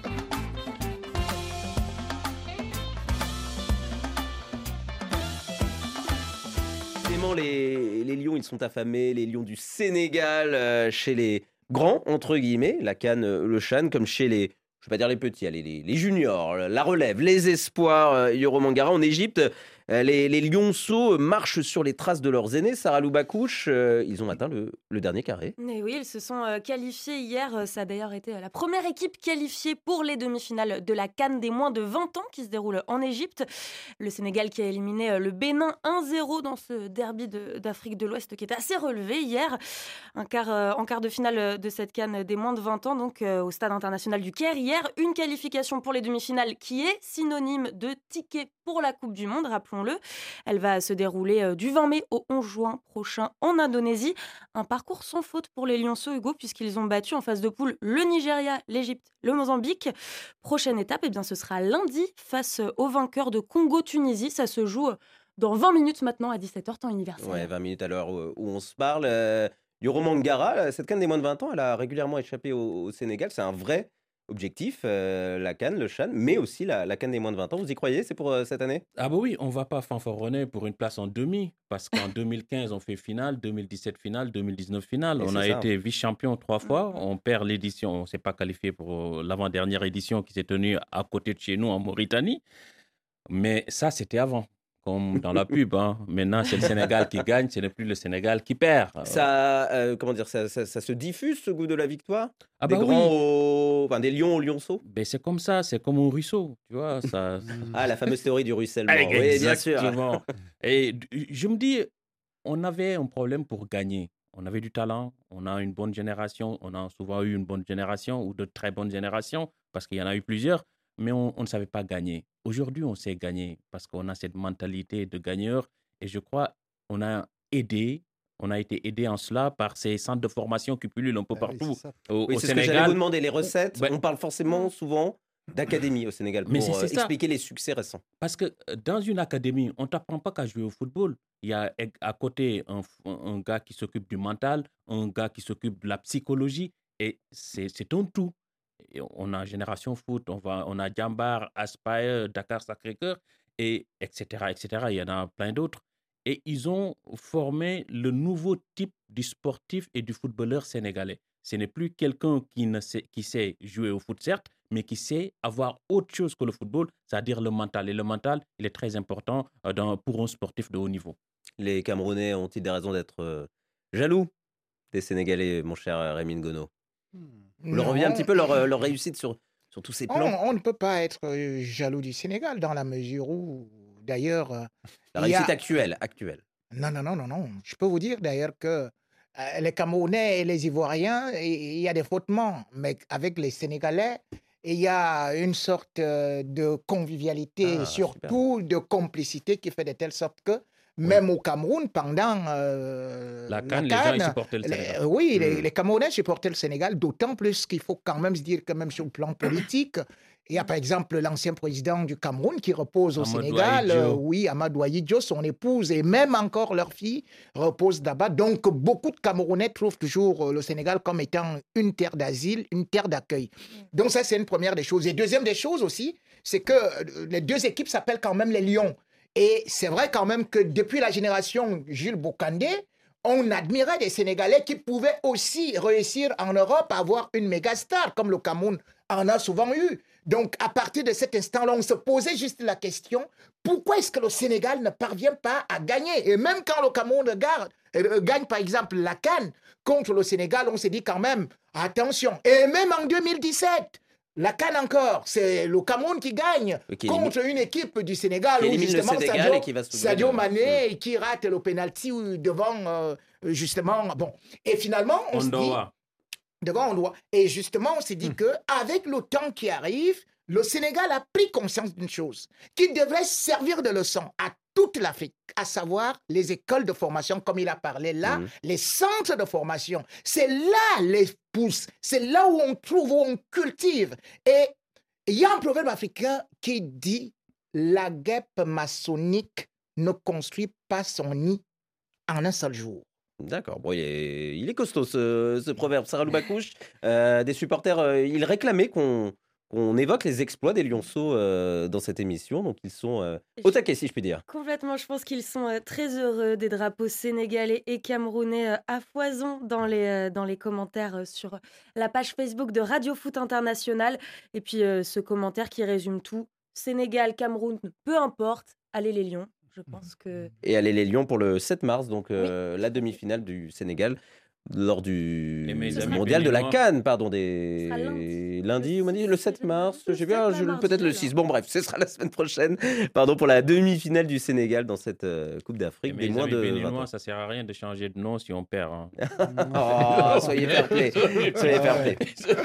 Forcément, les, les lions, ils sont affamés, les lions du Sénégal, euh, chez les grands, entre guillemets, la canne, euh, le chan, comme chez les, je vais pas dire les petits, allez, les, les juniors, la relève, les espoirs, euh, Yoro Mangara. En Égypte, euh, les, les lionceaux marchent sur les traces de leurs aînés. Sarah Loubakouche, euh, ils ont atteint le, le dernier carré. Mais oui, ils se sont euh, qualifiés hier. Euh, Ça a d'ailleurs été euh, la première équipe qualifiée pour les demi-finales de la CAN des moins de vingt ans qui se déroule en Égypte. Le Sénégal qui a éliminé euh, le Bénin un zéro dans ce derby de- d'Afrique de l'Ouest qui est assez relevé hier. Un quart, euh, en quart de finale de cette CAN des moins de vingt ans, donc euh, au stade international du Caire. Hier, une qualification pour les demi-finales qui est synonyme de ticket pour la Coupe du Monde, rappelons-le. Elle va se dérouler euh, du vingt mai au onze juin prochain en Indonésie. Un parcours sans faute pour les Lionceaux, Hugo, puisqu'ils ont battu en phase de poule le Nigeria, l'Égypte, le Mozambique. Prochaine étape, eh bien, ce sera lundi face au vainqueur de Congo-Tunisie. Ça se joue dans vingt minutes maintenant à dix-sept heures temps universel. Ouais, vingt minutes à l'heure où, où on se parle. Euh, Yoro Mangara, cette canne des moins de vingt ans, elle a régulièrement échappé au, au Sénégal. C'est un vrai objectif, euh, la canne, le chan, mais aussi la, la canne des moins de vingt ans. Vous y croyez, c'est pour euh, cette année? Ah bah oui, on va pas fanfaronner pour une place en demi, parce qu'en deux mille quinze, on fait finale, deux mille dix-sept finale, deux mille dix-neuf finale. Et On c'est a ça. été vice-champion trois fois, on perd l'édition, on ne s'est pas qualifié pour euh, l'avant-dernière édition qui s'est tenue à côté de chez nous, en Mauritanie. Mais ça, c'était avant, comme dans la pub. hein. Maintenant, c'est le Sénégal qui gagne, ce n'est plus le Sénégal qui perd. Ça, euh, comment dire, ça, ça, ça se diffuse, ce goût de la victoire? Ah Des bah grands oui, au... enfin, des lions au lionceau? ben, c'est comme ça, c'est comme un ruisseau, tu vois. Ça, Ah, la fameuse théorie du ruissellement. Exactement. Oui, bien sûr. Et d- je me dis, on avait un problème pour gagner. On avait du talent, on a une bonne génération, on a souvent eu une bonne génération ou de très bonnes générations, parce qu'il y en a eu plusieurs, mais on, on ne savait pas gagner. Aujourd'hui, on sait gagner parce qu'on a cette mentalité de gagneur et je crois qu'on a aidé, on a été aidé en cela par ces centres de formation qui pullulent un peu Ah oui, partout c'est ça. au, Oui, au c'est ce que j'allais vous Sénégal. demander, les recettes. Ben, On parle forcément souvent d'académie au Sénégal Mais pour c'est- euh, c'est ça. expliquer les succès récents. Parce que euh, dans une académie, on ne t'apprend pas qu'à jouer au football. Il y a eg- à côté un, f- un- un gars qui s'occupe du mental, un gars qui s'occupe de la psychologie, et c'est c'est un tout. Et on a Génération Foot, on, va, on a Jambar, Aspire, Dakar Sacré-Cœur, et etc., et cetera. Il y en a plein d'autres. Et ils ont formé le nouveau type du sportif et du footballeur sénégalais. Ce n'est plus quelqu'un qui, ne sait, qui sait jouer au foot, certes, mais qui sait avoir autre chose que le football, c'est-à-dire le mental. Et le mental, il est très important euh, dans- pour un sportif de haut niveau. Les Camerounais ont-ils des raisons d'être euh, jaloux des Sénégalais, mon cher euh, Rémi Ngono? Vous leur revient un petit peu leur, euh, leur réussite sur, sur tous ces On, plans? on ne peut pas être euh, jaloux du Sénégal dans la mesure où, d'ailleurs, euh, La il y a- réussite actuelle, actuelle. Non, non, non, non, non. Je peux vous dire d'ailleurs que euh, les Camerounais et les Ivoiriens, i- il y a des frottements, mais avec les Sénégalais, il y a une sorte euh, de convivialité, Ah, surtout de complicité qui fait de telle sorte que même au Cameroun, pendant euh, La CAN, les gens, ils CAN, supportaient le les- Sénégal. oui, les, Hmm. les Camerounais supportaient le Sénégal, d'autant plus qu'il faut quand même se dire que même sur le plan politique, il y a par exemple l'ancien président du Cameroun qui repose au Amadou Sénégal, Ahidjo. euh, oui, Amadou Ahidjo, son épouse, et même encore leur fille repose là-bas. Donc beaucoup de Camerounais trouvent toujours euh, le Sénégal comme étant une terre d'asile, une terre d'accueil. Donc ça, c'est une première des choses. Et deuxième des choses aussi, c'est que euh, les deux équipes s'appellent quand même les Lions. Et c'est vrai quand même que depuis la génération Jules Bocandé, on admirait des Sénégalais qui pouvaient aussi réussir en Europe à avoir une méga star, comme le Cameroun en a souvent eu. Donc, à partir de cet instant-là, on se posait juste la question, pourquoi est-ce que le Sénégal ne parvient pas à gagner? Et même quand le Cameroun regarde, euh, gagne, par exemple, la CAN contre le Sénégal, on s'est dit quand même, attention. Et même en deux mille dix-sept, la CAN encore, c'est le Cameroun qui gagne Oui, qui contre une équipe du Sénégal qui où élimine le justement Sénégal Sadio, et qui va se soulever Sadio de- Mané qui rate le penalty devant euh, justement bon. Et finalement, on se dit Ondoa. devant Ondoa. Et justement, on s'est dit que avec le temps qui arrive, le Sénégal a pris conscience d'une chose qui devrait servir de leçon à toute l'Afrique, à savoir les écoles de formation, comme il a parlé là, Mhm. les centres de formation. C'est là les pousses, c'est là où on trouve, où on cultive. Et il y a un proverbe africain qui dit la guêpe maçonnique ne construit pas son nid en un seul jour. D'accord, bon, il est, il est costaud ce, ce proverbe. Sarah Loubakouche, euh, des supporters, euh, ils réclamaient qu'on qu'on évoque les exploits des Lionceaux euh, dans cette émission, donc ils sont euh, au taquet, si je puis dire. Complètement, je pense qu'ils sont euh, très heureux des drapeaux sénégalais et camerounais euh, à foison dans les, euh, dans les commentaires euh, sur la page Facebook de Radio Foot International. Et puis euh, ce commentaire qui résume tout, Sénégal, Cameroun, peu importe, allez les Lions. Je pense que... Et allez les Lions pour le sept mars, donc euh, la demi-finale du Sénégal lors du Et mes du amis mondial de la béninois. CAN, pardon, des Ce sera lundi. lundi, Le on m'a dit six, le si sept je- mars, le je sais bien, sept je- mars, peut-être le alors. six. Bon bref, ce sera la semaine prochaine, pardon, pour la demi-finale du Sénégal dans cette euh, Coupe Et d'Afrique des mes moins amis de vingt béninois, ans. ça sert à rien de changer de nom si on perd. hein. Oh, soyez fair play, soyez fair play.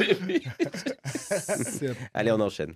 C'est- Allez, on enchaîne.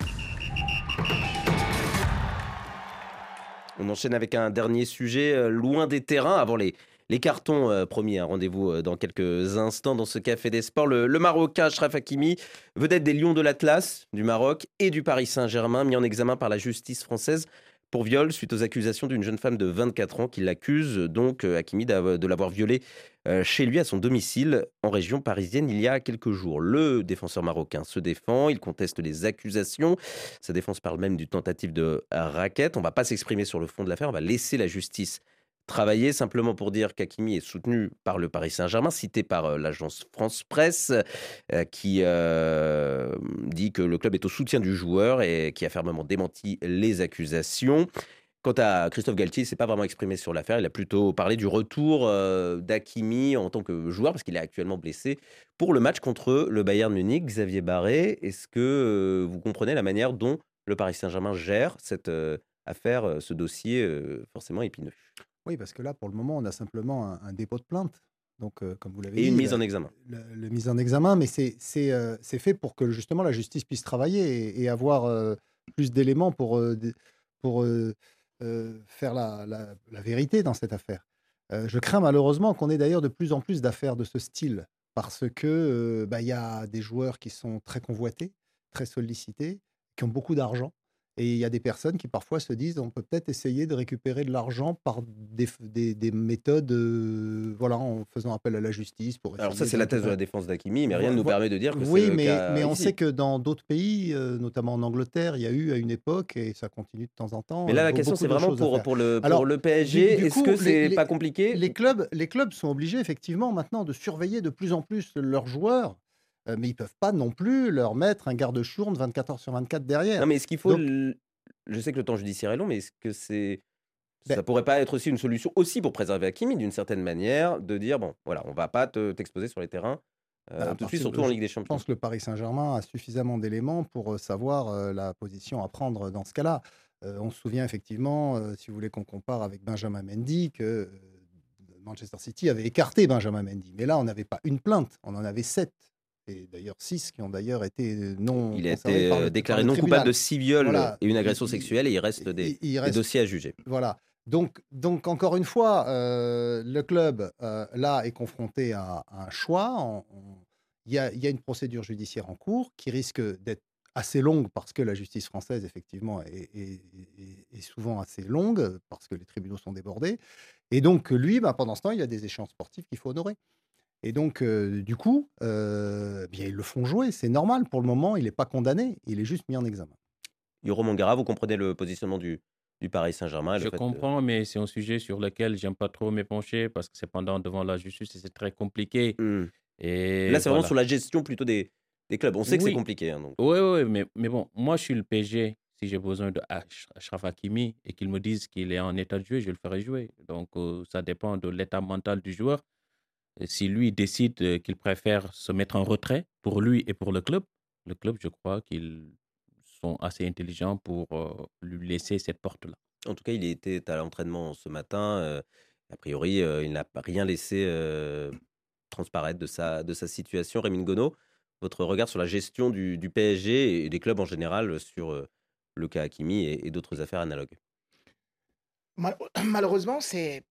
On enchaîne avec un dernier sujet, euh, loin des terrains, avant les, les cartons euh, promis. Un rendez-vous euh, dans quelques instants dans ce Café des Sports. Le, le Marocain Achraf Hakimi, vedette des Lions de l'Atlas, du Maroc et du Paris Saint-Germain, mis en examen par la justice française pour viol suite aux accusations d'une jeune femme de vingt-quatre ans qui l'accuse, donc euh, Hakimi, d'av- de l'avoir violée euh, chez lui à son domicile en région parisienne il y a quelques jours. Le défenseur marocain se défend, il conteste les accusations. Sa défense parle même d'une tentative de racket. On ne va pas s'exprimer sur le fond de l'affaire, on va laisser la justice travailler, simplement pour dire qu'Hakimi est soutenu par le Paris Saint-Germain, cité par euh, l'agence France Presse, euh, qui euh, dit que le club est au soutien du joueur et qui a fermement démenti les accusations. Quant à Christophe Galtier, il ne s'est pas vraiment exprimé sur l'affaire. Il a plutôt parlé du retour euh, d'Hakimi en tant que joueur, parce qu'il est actuellement blessé, pour le match contre le Bayern Munich. Xavier Barré, est-ce que euh, vous comprenez la manière dont le Paris Saint-Germain gère cette euh, affaire, euh, ce dossier euh, forcément épineux? Oui, parce que là, pour le moment, on a simplement un, un dépôt de plainte. Donc, euh, comme vous l'avez Et dit, une mise la- en examen. le, le mise en examen, mais c'est c'est, euh, c'est fait pour que justement la justice puisse travailler et, et avoir euh, plus d'éléments pour, euh, dé- pour euh, euh, faire la, la- la vérité dans cette affaire. Euh, je crains malheureusement qu'on ait d'ailleurs de plus en plus d'affaires de ce style parce que euh, bah, il y a des joueurs qui sont très convoités, très sollicités, qui ont beaucoup d'argent. Et il y a des personnes qui parfois se disent on peut peut-être essayer de récupérer de l'argent par des, f- des- des méthodes, euh, voilà, en faisant appel à la justice pour Alors ça, essayer c'est de la thèse de la récupérer. défense d'Hakimi, mais rien Vo- ne nous vo- permet de dire que Oui, c'est le mais, cas mais on ici. sait que dans d'autres pays, euh, notamment en Angleterre, il y a eu à une époque, et ça continue de temps en temps, Mais là, euh, la be- question, beaucoup c'est de vraiment choses à pour, faire. pour, le, pour Alors, le P S du, G. du Est-ce coup, que les, c'est les- pas compliqué? les clubs, les clubs sont obligés effectivement maintenant de surveiller de plus en plus leurs joueurs, euh, mais ils peuvent pas non plus leur mettre un garde-chourne vingt-quatre heures sur vingt-quatre Non, derrière. mais est-ce qu'il faut... Donc, l- Je sais que le temps judiciaire est long, mais est-ce que c'est... ben, Ça pourrait pas être aussi une solution aussi pour préserver Hakimi d'une certaine manière, de dire, bon, voilà, on va pas te- t'exposer sur les terrains euh, ben, à tout de suite, partir surtout de, en je Ligue des je Champions. pense que le Paris Saint-Germain a suffisamment d'éléments pour euh, savoir euh, la position à prendre dans ce cas-là. Euh, on se souvient effectivement, euh, si vous voulez qu'on compare avec Benjamin Mendy, que euh, Manchester City avait écarté Benjamin Mendy. Mais là, on n'avait pas une plainte, on en avait sept. Et d'ailleurs six qui ont d'ailleurs été non Il a conservés été par euh, le, par déclaré le non tribunal. coupable de six viols Voilà, et une il, agression il- sexuelle, et il reste des, il- il des reste. dossiers à juger. Voilà. Donc, donc encore une fois, euh, le club, euh, là, est confronté à, à un choix. On- on- Il y a, il y a une procédure judiciaire en cours qui risque d'être assez longue parce que la justice française, effectivement, est, est- est- est souvent assez longue parce que les tribunaux sont débordés. Et donc, lui, bah, pendant ce temps, il y a des échéances sportives qu'il faut honorer. Et donc, euh, du coup, euh, bien, ils le font jouer. C'est normal. Pour le moment, il n'est pas condamné. Il est juste mis en examen. Yoro Mangara, vous comprenez le positionnement du, du Paris Saint-Germain et le Je fait de- comprends, mais c'est un sujet sur lequel j'aime pas trop m'épancher parce que c'est pendant devant la justice et c'est très compliqué. Hmm. Et Là, c'est vraiment voilà. sur la gestion plutôt des, des clubs. On sait que c'est Oui, compliqué. hein, donc. oui, oui, mais, mais bon, moi je suis le P S G. Si j'ai besoin de Ach- Achraf Hakimi et qu'il me dise qu'il est en état de jouer, je le ferai jouer. Donc euh, ça dépend de l'état mental du joueur. Et si lui décide euh, qu'il préfère se mettre en retrait pour lui et pour le club, le club, je crois qu'ils sont assez intelligents pour euh, lui laisser cette porte-là. En tout cas, il était à l'entraînement ce matin. euh, a priori, euh, il n'a pas rien laissé euh, transparaître de sa, de sa situation. Rémi Ngono, votre regard sur la gestion du, du P S G et des clubs en général sur euh, le cas Hakimi et, et d'autres affaires analogues. Mal- Malheureusement, c'est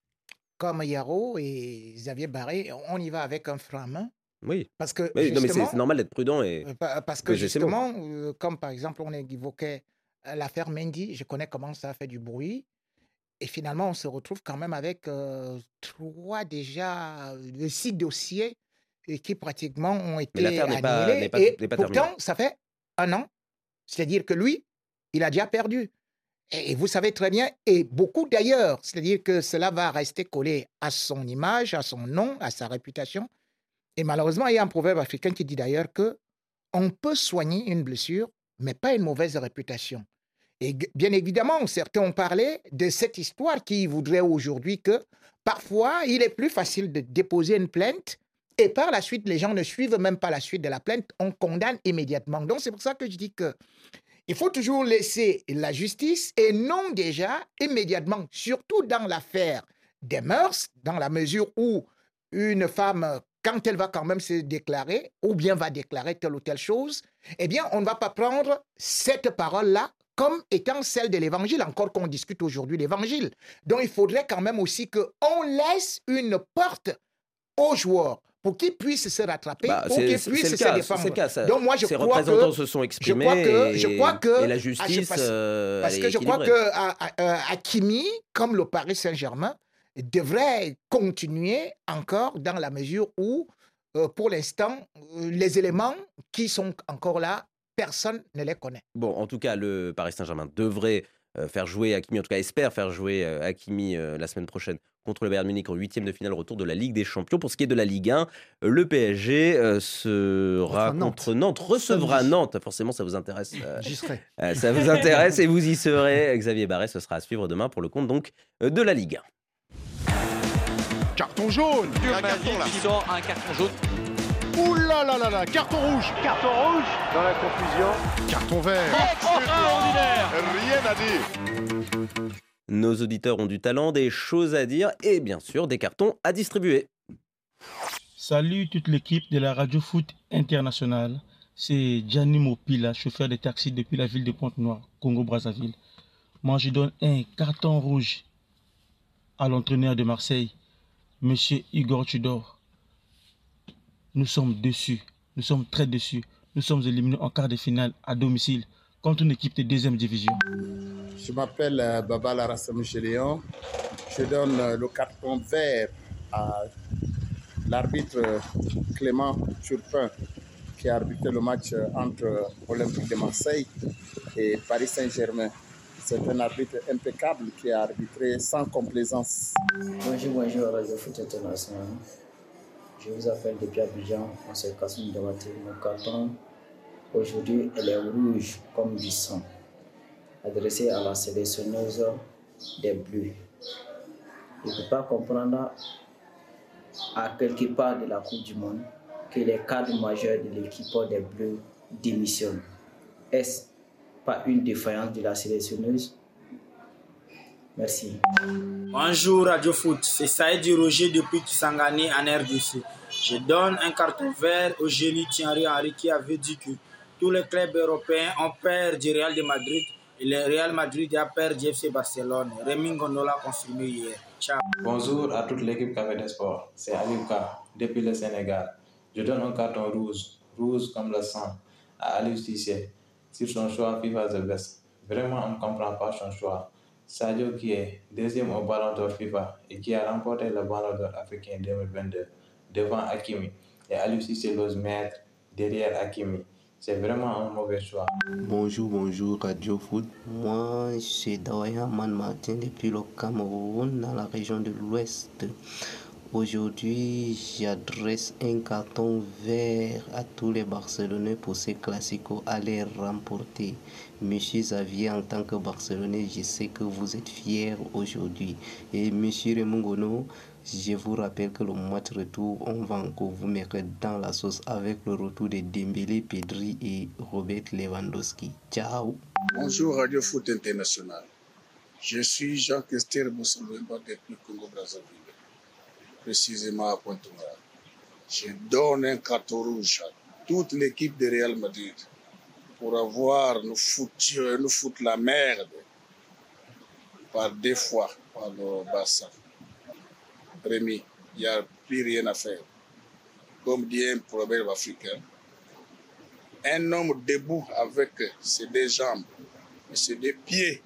comme Yaro et Xavier Barré, on y va avec un frein à main. Oui, Parce que mais, non, mais c'est c'est justement, normal d'être prudent et euh, pa- parce que peser ses mots. justement, euh, comme par exemple, on évoquait euh, l'affaire Mendy, je connais comment ça a fait du bruit. Et finalement, on se retrouve quand même avec euh, trois déjà, euh, six dossiers euh, qui pratiquement ont Mais été l'affaire n'est pas, annihilés. n'est pas, Et n'est pas pourtant, terminée. ça fait un an. C'est-à-dire que lui, il a déjà perdu. Et vous savez très bien, et beaucoup d'ailleurs, c'est-à-dire que cela va rester collé à son image, à son nom, à sa réputation. Et malheureusement, il y a un proverbe africain qui dit d'ailleurs que on peut soigner une blessure, mais pas une mauvaise réputation. Et g- bien évidemment, certains ont parlé de cette histoire qui voudrait aujourd'hui que parfois, il est plus facile de déposer une plainte et par la suite, les gens ne suivent même pas la suite de la plainte, on condamne immédiatement. Donc, c'est pour ça que je dis que il faut toujours laisser la justice et non déjà immédiatement, surtout dans l'affaire des mœurs, dans la mesure où une femme, quand elle va quand même se déclarer, ou bien va déclarer telle ou telle chose, eh bien, on ne va pas prendre cette parole-là comme étant celle de l'évangile, encore qu'on discute aujourd'hui l'évangile. Donc, il faudrait quand même aussi qu'on laisse une porte aux joueurs pour qu'ils puissent se rattraper, Bah, pour c'est qu'ils c'est- puissent c'est le se cas. C'est défendre. le cas. ça- Donc, moi, je Ses crois représentants que... se sont Je exprimés crois que, et, je crois que et la ah, je justice, passe- euh, parce elle que est je crois équilibrée. que à- à- à- Hakimi, comme le Paris Saint-Germain, devrait continuer encore dans la mesure où, euh, pour l'instant, euh, les éléments qui sont encore là, personne ne les connaît. Bon, en tout cas, le Paris Saint-Germain devrait euh, faire jouer Hakimi, en tout cas espère faire jouer euh, Hakimi euh, la semaine prochaine contre le Bayern Munich en huitième de finale retour de la Ligue des Champions. Pour ce qui est de la Ligue un, euh, le P S G euh, sera Contre Nantes. contre Nantes, recevra Samedi. Nantes. Forcément, ça vous intéresse. euh, J'y serai. euh, ça vous intéresse et vous y serez. Xavier Barret, ce sera à suivre demain pour le compte donc euh, de la Ligue un. Carton jaune. Un carton là. Qui sort un carton jaune. Ouh là là là là, carton rouge. Carton rouge. Dans la confusion. Carton vert. Extraordinaire. Rien à dire. Nos auditeurs ont du talent, des choses à dire et bien sûr des cartons à distribuer. Salut toute l'équipe de la Radio Foot Internationale. C'est Gianni Mopila, chauffeur de taxi depuis la ville de Pointe-Noire, Congo-Brazzaville. Moi, je donne un carton rouge à l'entraîneur de Marseille, Monsieur Igor Tudor. Nous sommes déçus, nous sommes très déçus. Nous sommes éliminés en quart de finale à domicile contre une équipe de deuxième division. Je m'appelle euh, Baba Larassa Micheléon. Je donne euh, le carton vert à l'arbitre euh, Clément Turpin qui a arbitré le match euh, entre euh, Olympique de Marseille et Paris Saint-Germain. C'est un arbitre impeccable qui a arbitré sans complaisance. Bonjour, bonjour, Radio Foot International. Je vous appelle depuis Abidjan, on se casse une de mon carton. Aujourd'hui, elle est rouge comme du sang, adressée à la sélectionneuse des Bleus. Je ne peux pas comprendre à quelque part de la Coupe du Monde que les cadres majeurs de l'équipe des Bleus démissionnent. Est-ce pas une défaillance de la sélectionneuse? Merci. Bonjour Radio Foot, c'est Saïd Roger depuis Kisangani en R D C. Je donne un carton vert au génie Thierry Henry qui avait dit que tous les clubs européens ont peur du Real de Madrid et le Real Madrid a peur du F C Barcelone. Rémi Gondola a confirmé hier. Ciao. Bonjour à toute l'équipe Café des Sports. C'est Aliouka depuis le Sénégal. Je donne un carton rouge, rouge comme le sang, à Aliou Cissé sur son choix FIFA The Best. Vraiment, on ne comprend pas son choix. Sadio qui est deuxième au Ballon d'Or FIFA et qui a remporté le Ballon d'Or africain deux mille vingt-deux devant Hakimi. Et Aliou Cissé l'ose mettre derrière Hakimi. C'est vraiment un mauvais choix. Bonjour, bonjour Radio Foot. Moi, c'est Dawaya Man Martin depuis le Cameroun, dans la région de l'Ouest. Aujourd'hui, j'adresse un carton vert à tous les Barcelonais pour ces classicos à les remporter. Monsieur Xavier, en tant que Barcelonais, je sais que vous êtes fiers aujourd'hui. Et Monsieur Raymond Gono, je vous rappelle que le match retour, on va encore vous mettre dans la sauce avec le retour de Dembélé, Pedri et Robert Lewandowski. Ciao. Bonjour Radio Foot International. Je suis Jean-Christophe Boussoumba depuis Congo-Brazzaville, précisément à Pointe-Noire. Je donne un carton rouge à toute l'équipe de Real Madrid pour avoir nous foutu, nous foutu la merde par deux fois par le Barça. Rémi, il n'y a plus rien à faire. Comme dit un proverbe africain, un homme debout avec ses deux jambes et ses deux pieds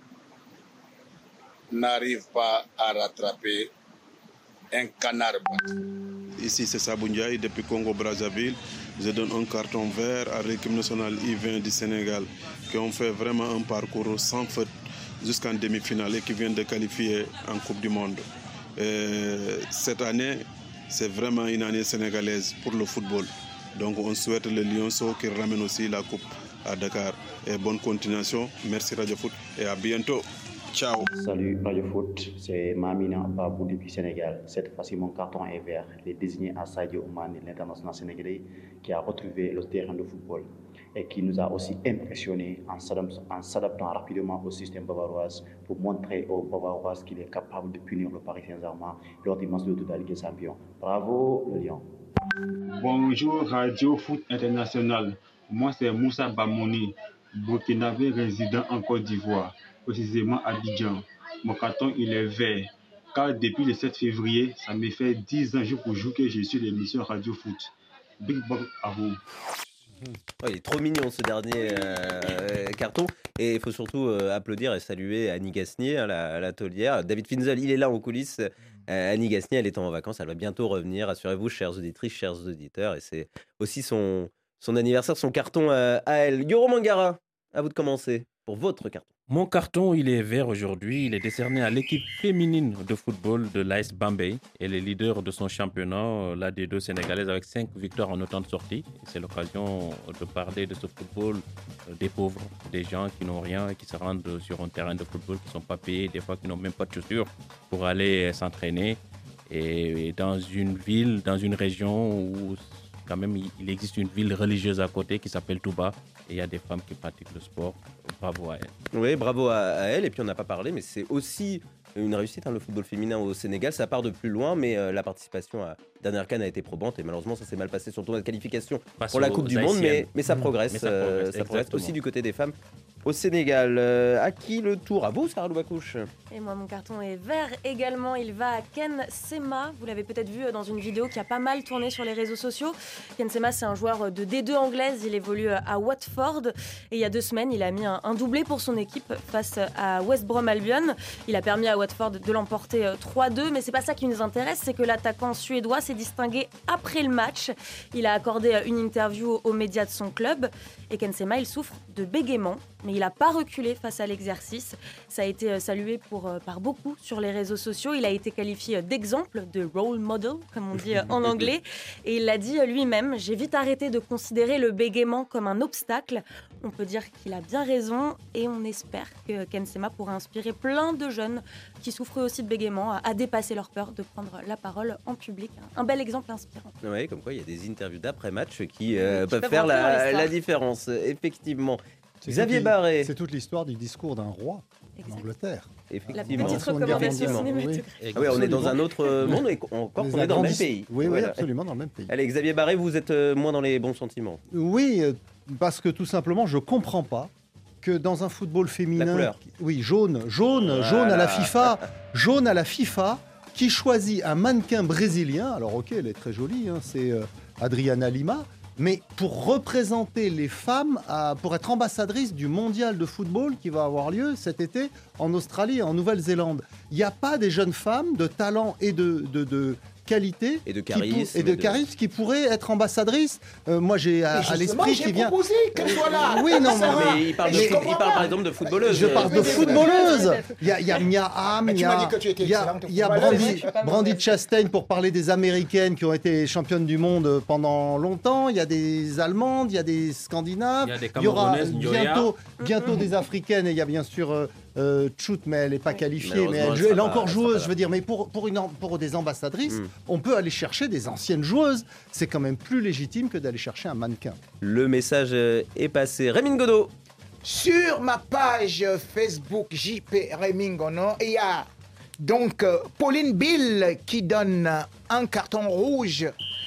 n'arrive pas à rattraper un canard battu. Ici, c'est Sabou Ndiaye depuis Congo-Brazzaville. Je donne un carton vert à l'équipe nationale I vingt du Sénégal qui ont fait vraiment un parcours sans faute jusqu'en demi-finale et qui viennent de qualifier en Coupe du Monde. Et cette année, c'est vraiment une année sénégalaise pour le football. Donc on souhaite le Lionceaux qui ramène aussi la Coupe à Dakar. Et bonne continuation. Merci Radio Foot et à bientôt. Ciao. Salut Radio Foot, c'est Mamina Babou depuis Sénégal. Cette fois-ci, mon carton est vert. Il est désigné à Sadio Oumane, l'international sénégalais, qui a retrouvé le terrain de football et qui nous a aussi impressionnés en s'adaptant rapidement au système bavarois pour montrer aux Bavarois qu'il est capable de punir le Paris Saint-Germain lors du match de toute la Ligue des Champions. Bravo, le Lion. Bonjour Radio Foot International. Moi, c'est Moussa Bamouni, burkinabé résident en Côte d'Ivoire, précisément à Abidjan. Mon carton, il est vert. Car depuis le sept février, ça me fait dix ans jour pour jour que je suis l'émission Radio Foot. Big Bang à vous. Ouais, il est trop mignon ce dernier euh, carton. Et il faut surtout euh, applaudir et saluer Annie Gasnier, hein, la, la taulière. David Finzel, il est là en coulisses. Euh, Annie Gasnier, elle est en vacances, elle va bientôt revenir. Rassurez-vous, chères auditrices, chers auditeurs. Et c'est aussi son, son anniversaire, son carton euh, à elle. Yoro Mangara, à vous de commencer pour votre carton. Mon carton, il est vert aujourd'hui. Il est décerné à l'équipe féminine de football de l'A S Bambey. Elle est leader de son championnat, la D deux sénégalaise, avec cinq victoires en autant de sorties. Et c'est l'occasion de parler de ce football des pauvres, des gens qui n'ont rien et qui se rendent sur un terrain de football, qui ne sont pas payés, des fois qui n'ont même pas de chaussures pour aller s'entraîner. Et dans une ville, dans une région où quand même, il, il existe une ville religieuse à côté qui s'appelle Touba et il y a des femmes qui pratiquent le sport. Bravo à elle. Oui, bravo à, à elle. Et puis on n'a pas parlé, mais c'est aussi une réussite, hein, le football féminin au Sénégal. Ça part de plus loin, mais euh, la participation à dernière CAN a été probante et malheureusement ça s'est mal passé sur le tournoi de qualification Face pour la aux Coupe du Monde, mais, mais ça Mmh. progresse. Mais ça euh, progresse, ça progresse exactement. aussi du côté des femmes au Sénégal. Euh, à qui le tour? À vous, Sarah Loubakouche? Et moi, mon carton est vert également. Il va à Ken Sema. Vous l'avez peut-être vu dans une vidéo qui a pas mal tourné sur les réseaux sociaux. Ken Sema, c'est un joueur de D deux anglaise. Il évolue à Watford. Et il y a deux semaines, il a mis un, un doublé pour son équipe face à West Brom Albion. Il a permis à Watford de l'emporter trois deux. Mais c'est pas ça qui nous intéresse. C'est que l'attaquant suédois s'est distingué après le match. Il a accordé une interview aux médias de son club. Et Ken Sema, il souffre de bégaiement. Mais il n'a pas reculé face à l'exercice. Ça a été salué pour, par beaucoup sur les réseaux sociaux. Il a été qualifié d'exemple, de role model, comme on dit en anglais. Et il l'a dit lui-même, j'ai vite arrêté de considérer le bégaiement comme un obstacle. On peut dire qu'il a bien raison et on espère que Ken Sema pourra inspirer plein de jeunes qui souffrent aussi de bégaiement à, à dépasser leur peur de prendre la parole en public. Un bel exemple inspirant. Oui, comme quoi il y a des interviews d'après-match qui euh, Qui peuvent peuvent faire rentrer dans la, l'histoire. la différence, effectivement. C'est Xavier toute- Barré. C'est toute l'histoire du discours d'un roi en Angleterre. Effectivement. petite recommandation Effectivement, cinématographique. oui. Ah oui, on est dans un autre euh, monde, et encore Les qu'on est dans le même agrandis- pays. Oui, oui, Voilà. absolument, dans le même pays. Allez, Xavier Barré, vous êtes euh, moins dans les bons sentiments. Oui, euh, parce que tout simplement, je comprends pas que dans un football féminin, La couleur. oui, jaune, jaune, Voilà. jaune à la FIFA, jaune à la FIFA, qui choisit un mannequin brésilien. Alors ok, elle est très jolie, hein, c'est euh, Adriana Lima. Mais pour représenter les femmes, à- pour être ambassadrice du mondial de football qui va avoir lieu cet été en Australie et en Nouvelle-Zélande, il n'y a pas des jeunes femmes de talent et de, de, de qualité Et de qui pour- charisme, et de et de- charisme qui pourraient être ambassadrices. Euh, moi, j'ai à, Et à justement, l'esprit j'ai qui vient. proposé qu'elle soit là. Oui, non, Sarah. Mais il parle, de, Mais il je comprends parle pas. par exemple de footballeuse. Je parle de Euh, footballeuse. Il y a, il y a Mia Hamm, Mais il tu y m'as a, dit que tu étais il y a- excellente il y a footballeuse. Brandy, Je suis pas Brandy mauvaise. Chastain pour parler des Américaines qui ont été championnes du monde pendant longtemps. Il y a des Allemandes, il y a des Scandinaves. Il y a des Il y aura Camerounaises, Nyoya. bientôt, bientôt des Africaines et il y a bien sûr euh, euh, Chut, mais elle n'est pas qualifiée, mais Malheureusement, elle, elle elle est sera encore pas- elle joueuse. sera pas Je veux dire, mais pour, pour, une, pour des ambassadrices, Mm. on peut aller chercher des anciennes joueuses. C'est quand même plus légitime que d'aller chercher un mannequin. Le message euh, est passé. Rémine Godot. Sur ma page Facebook J P Remingono, il y a donc euh, Pauline Bill qui donne un carton rouge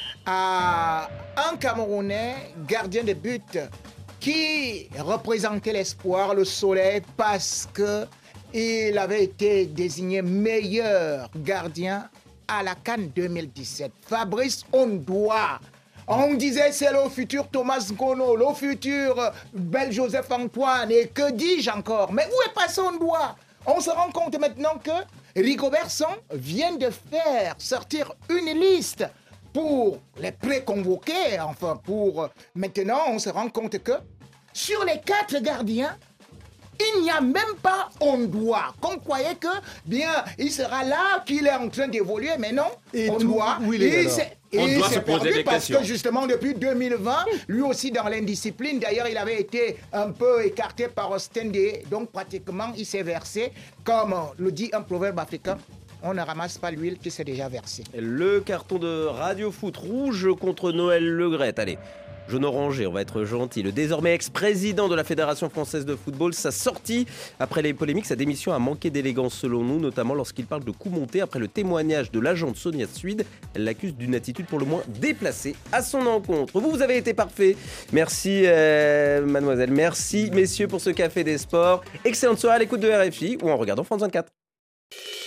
à un Camerounais gardien de but qui représentait l'espoir, le soleil, parce que il avait été désigné meilleur gardien à la CAN deux mille dix-sept. Fabrice Ondoa. On disait c'est le futur Thomas Ngono, le futur euh, Bel Joseph Antoine, et que dis-je encore? Mais où est passé Ondoa? On se rend compte maintenant que Rigobert Song vient de faire sortir une liste pour les pré-convoqués. Enfin, pour euh, maintenant, on se rend compte que sur les quatre gardiens, il n'y a même pas Ondoa. Qu'on croyait que, bien, il sera là, qu'il est en train d'évoluer, mais non. Et Ondoa, tout- où il est, alors s'est- On il doit s'est se poser perdu des parce questions. que justement, depuis deux mille vingt, lui aussi dans l'indiscipline, d'ailleurs, il avait été un peu écarté par Ostende, donc pratiquement, il s'est versé, comme le dit un proverbe africain, on ne ramasse pas l'huile qui s'est déjà versée. Le carton de Radio Foot rouge contre Noël Le Graët. Allez, jaune orangé, on va être gentil. Le désormais ex-président de la Fédération française de football, sa sortie après les polémiques, sa démission a manqué d'élégance selon nous, notamment lorsqu'il parle de coups montés après le témoignage de l'agent de Sonia Suide. Elle l'accuse d'une attitude pour le moins déplacée à son encontre. Vous, vous avez été parfait. Merci euh, mademoiselle, merci messieurs pour ce café des sports. Excellente soirée à l'écoute de R F I ou en regardant France vingt-quatre.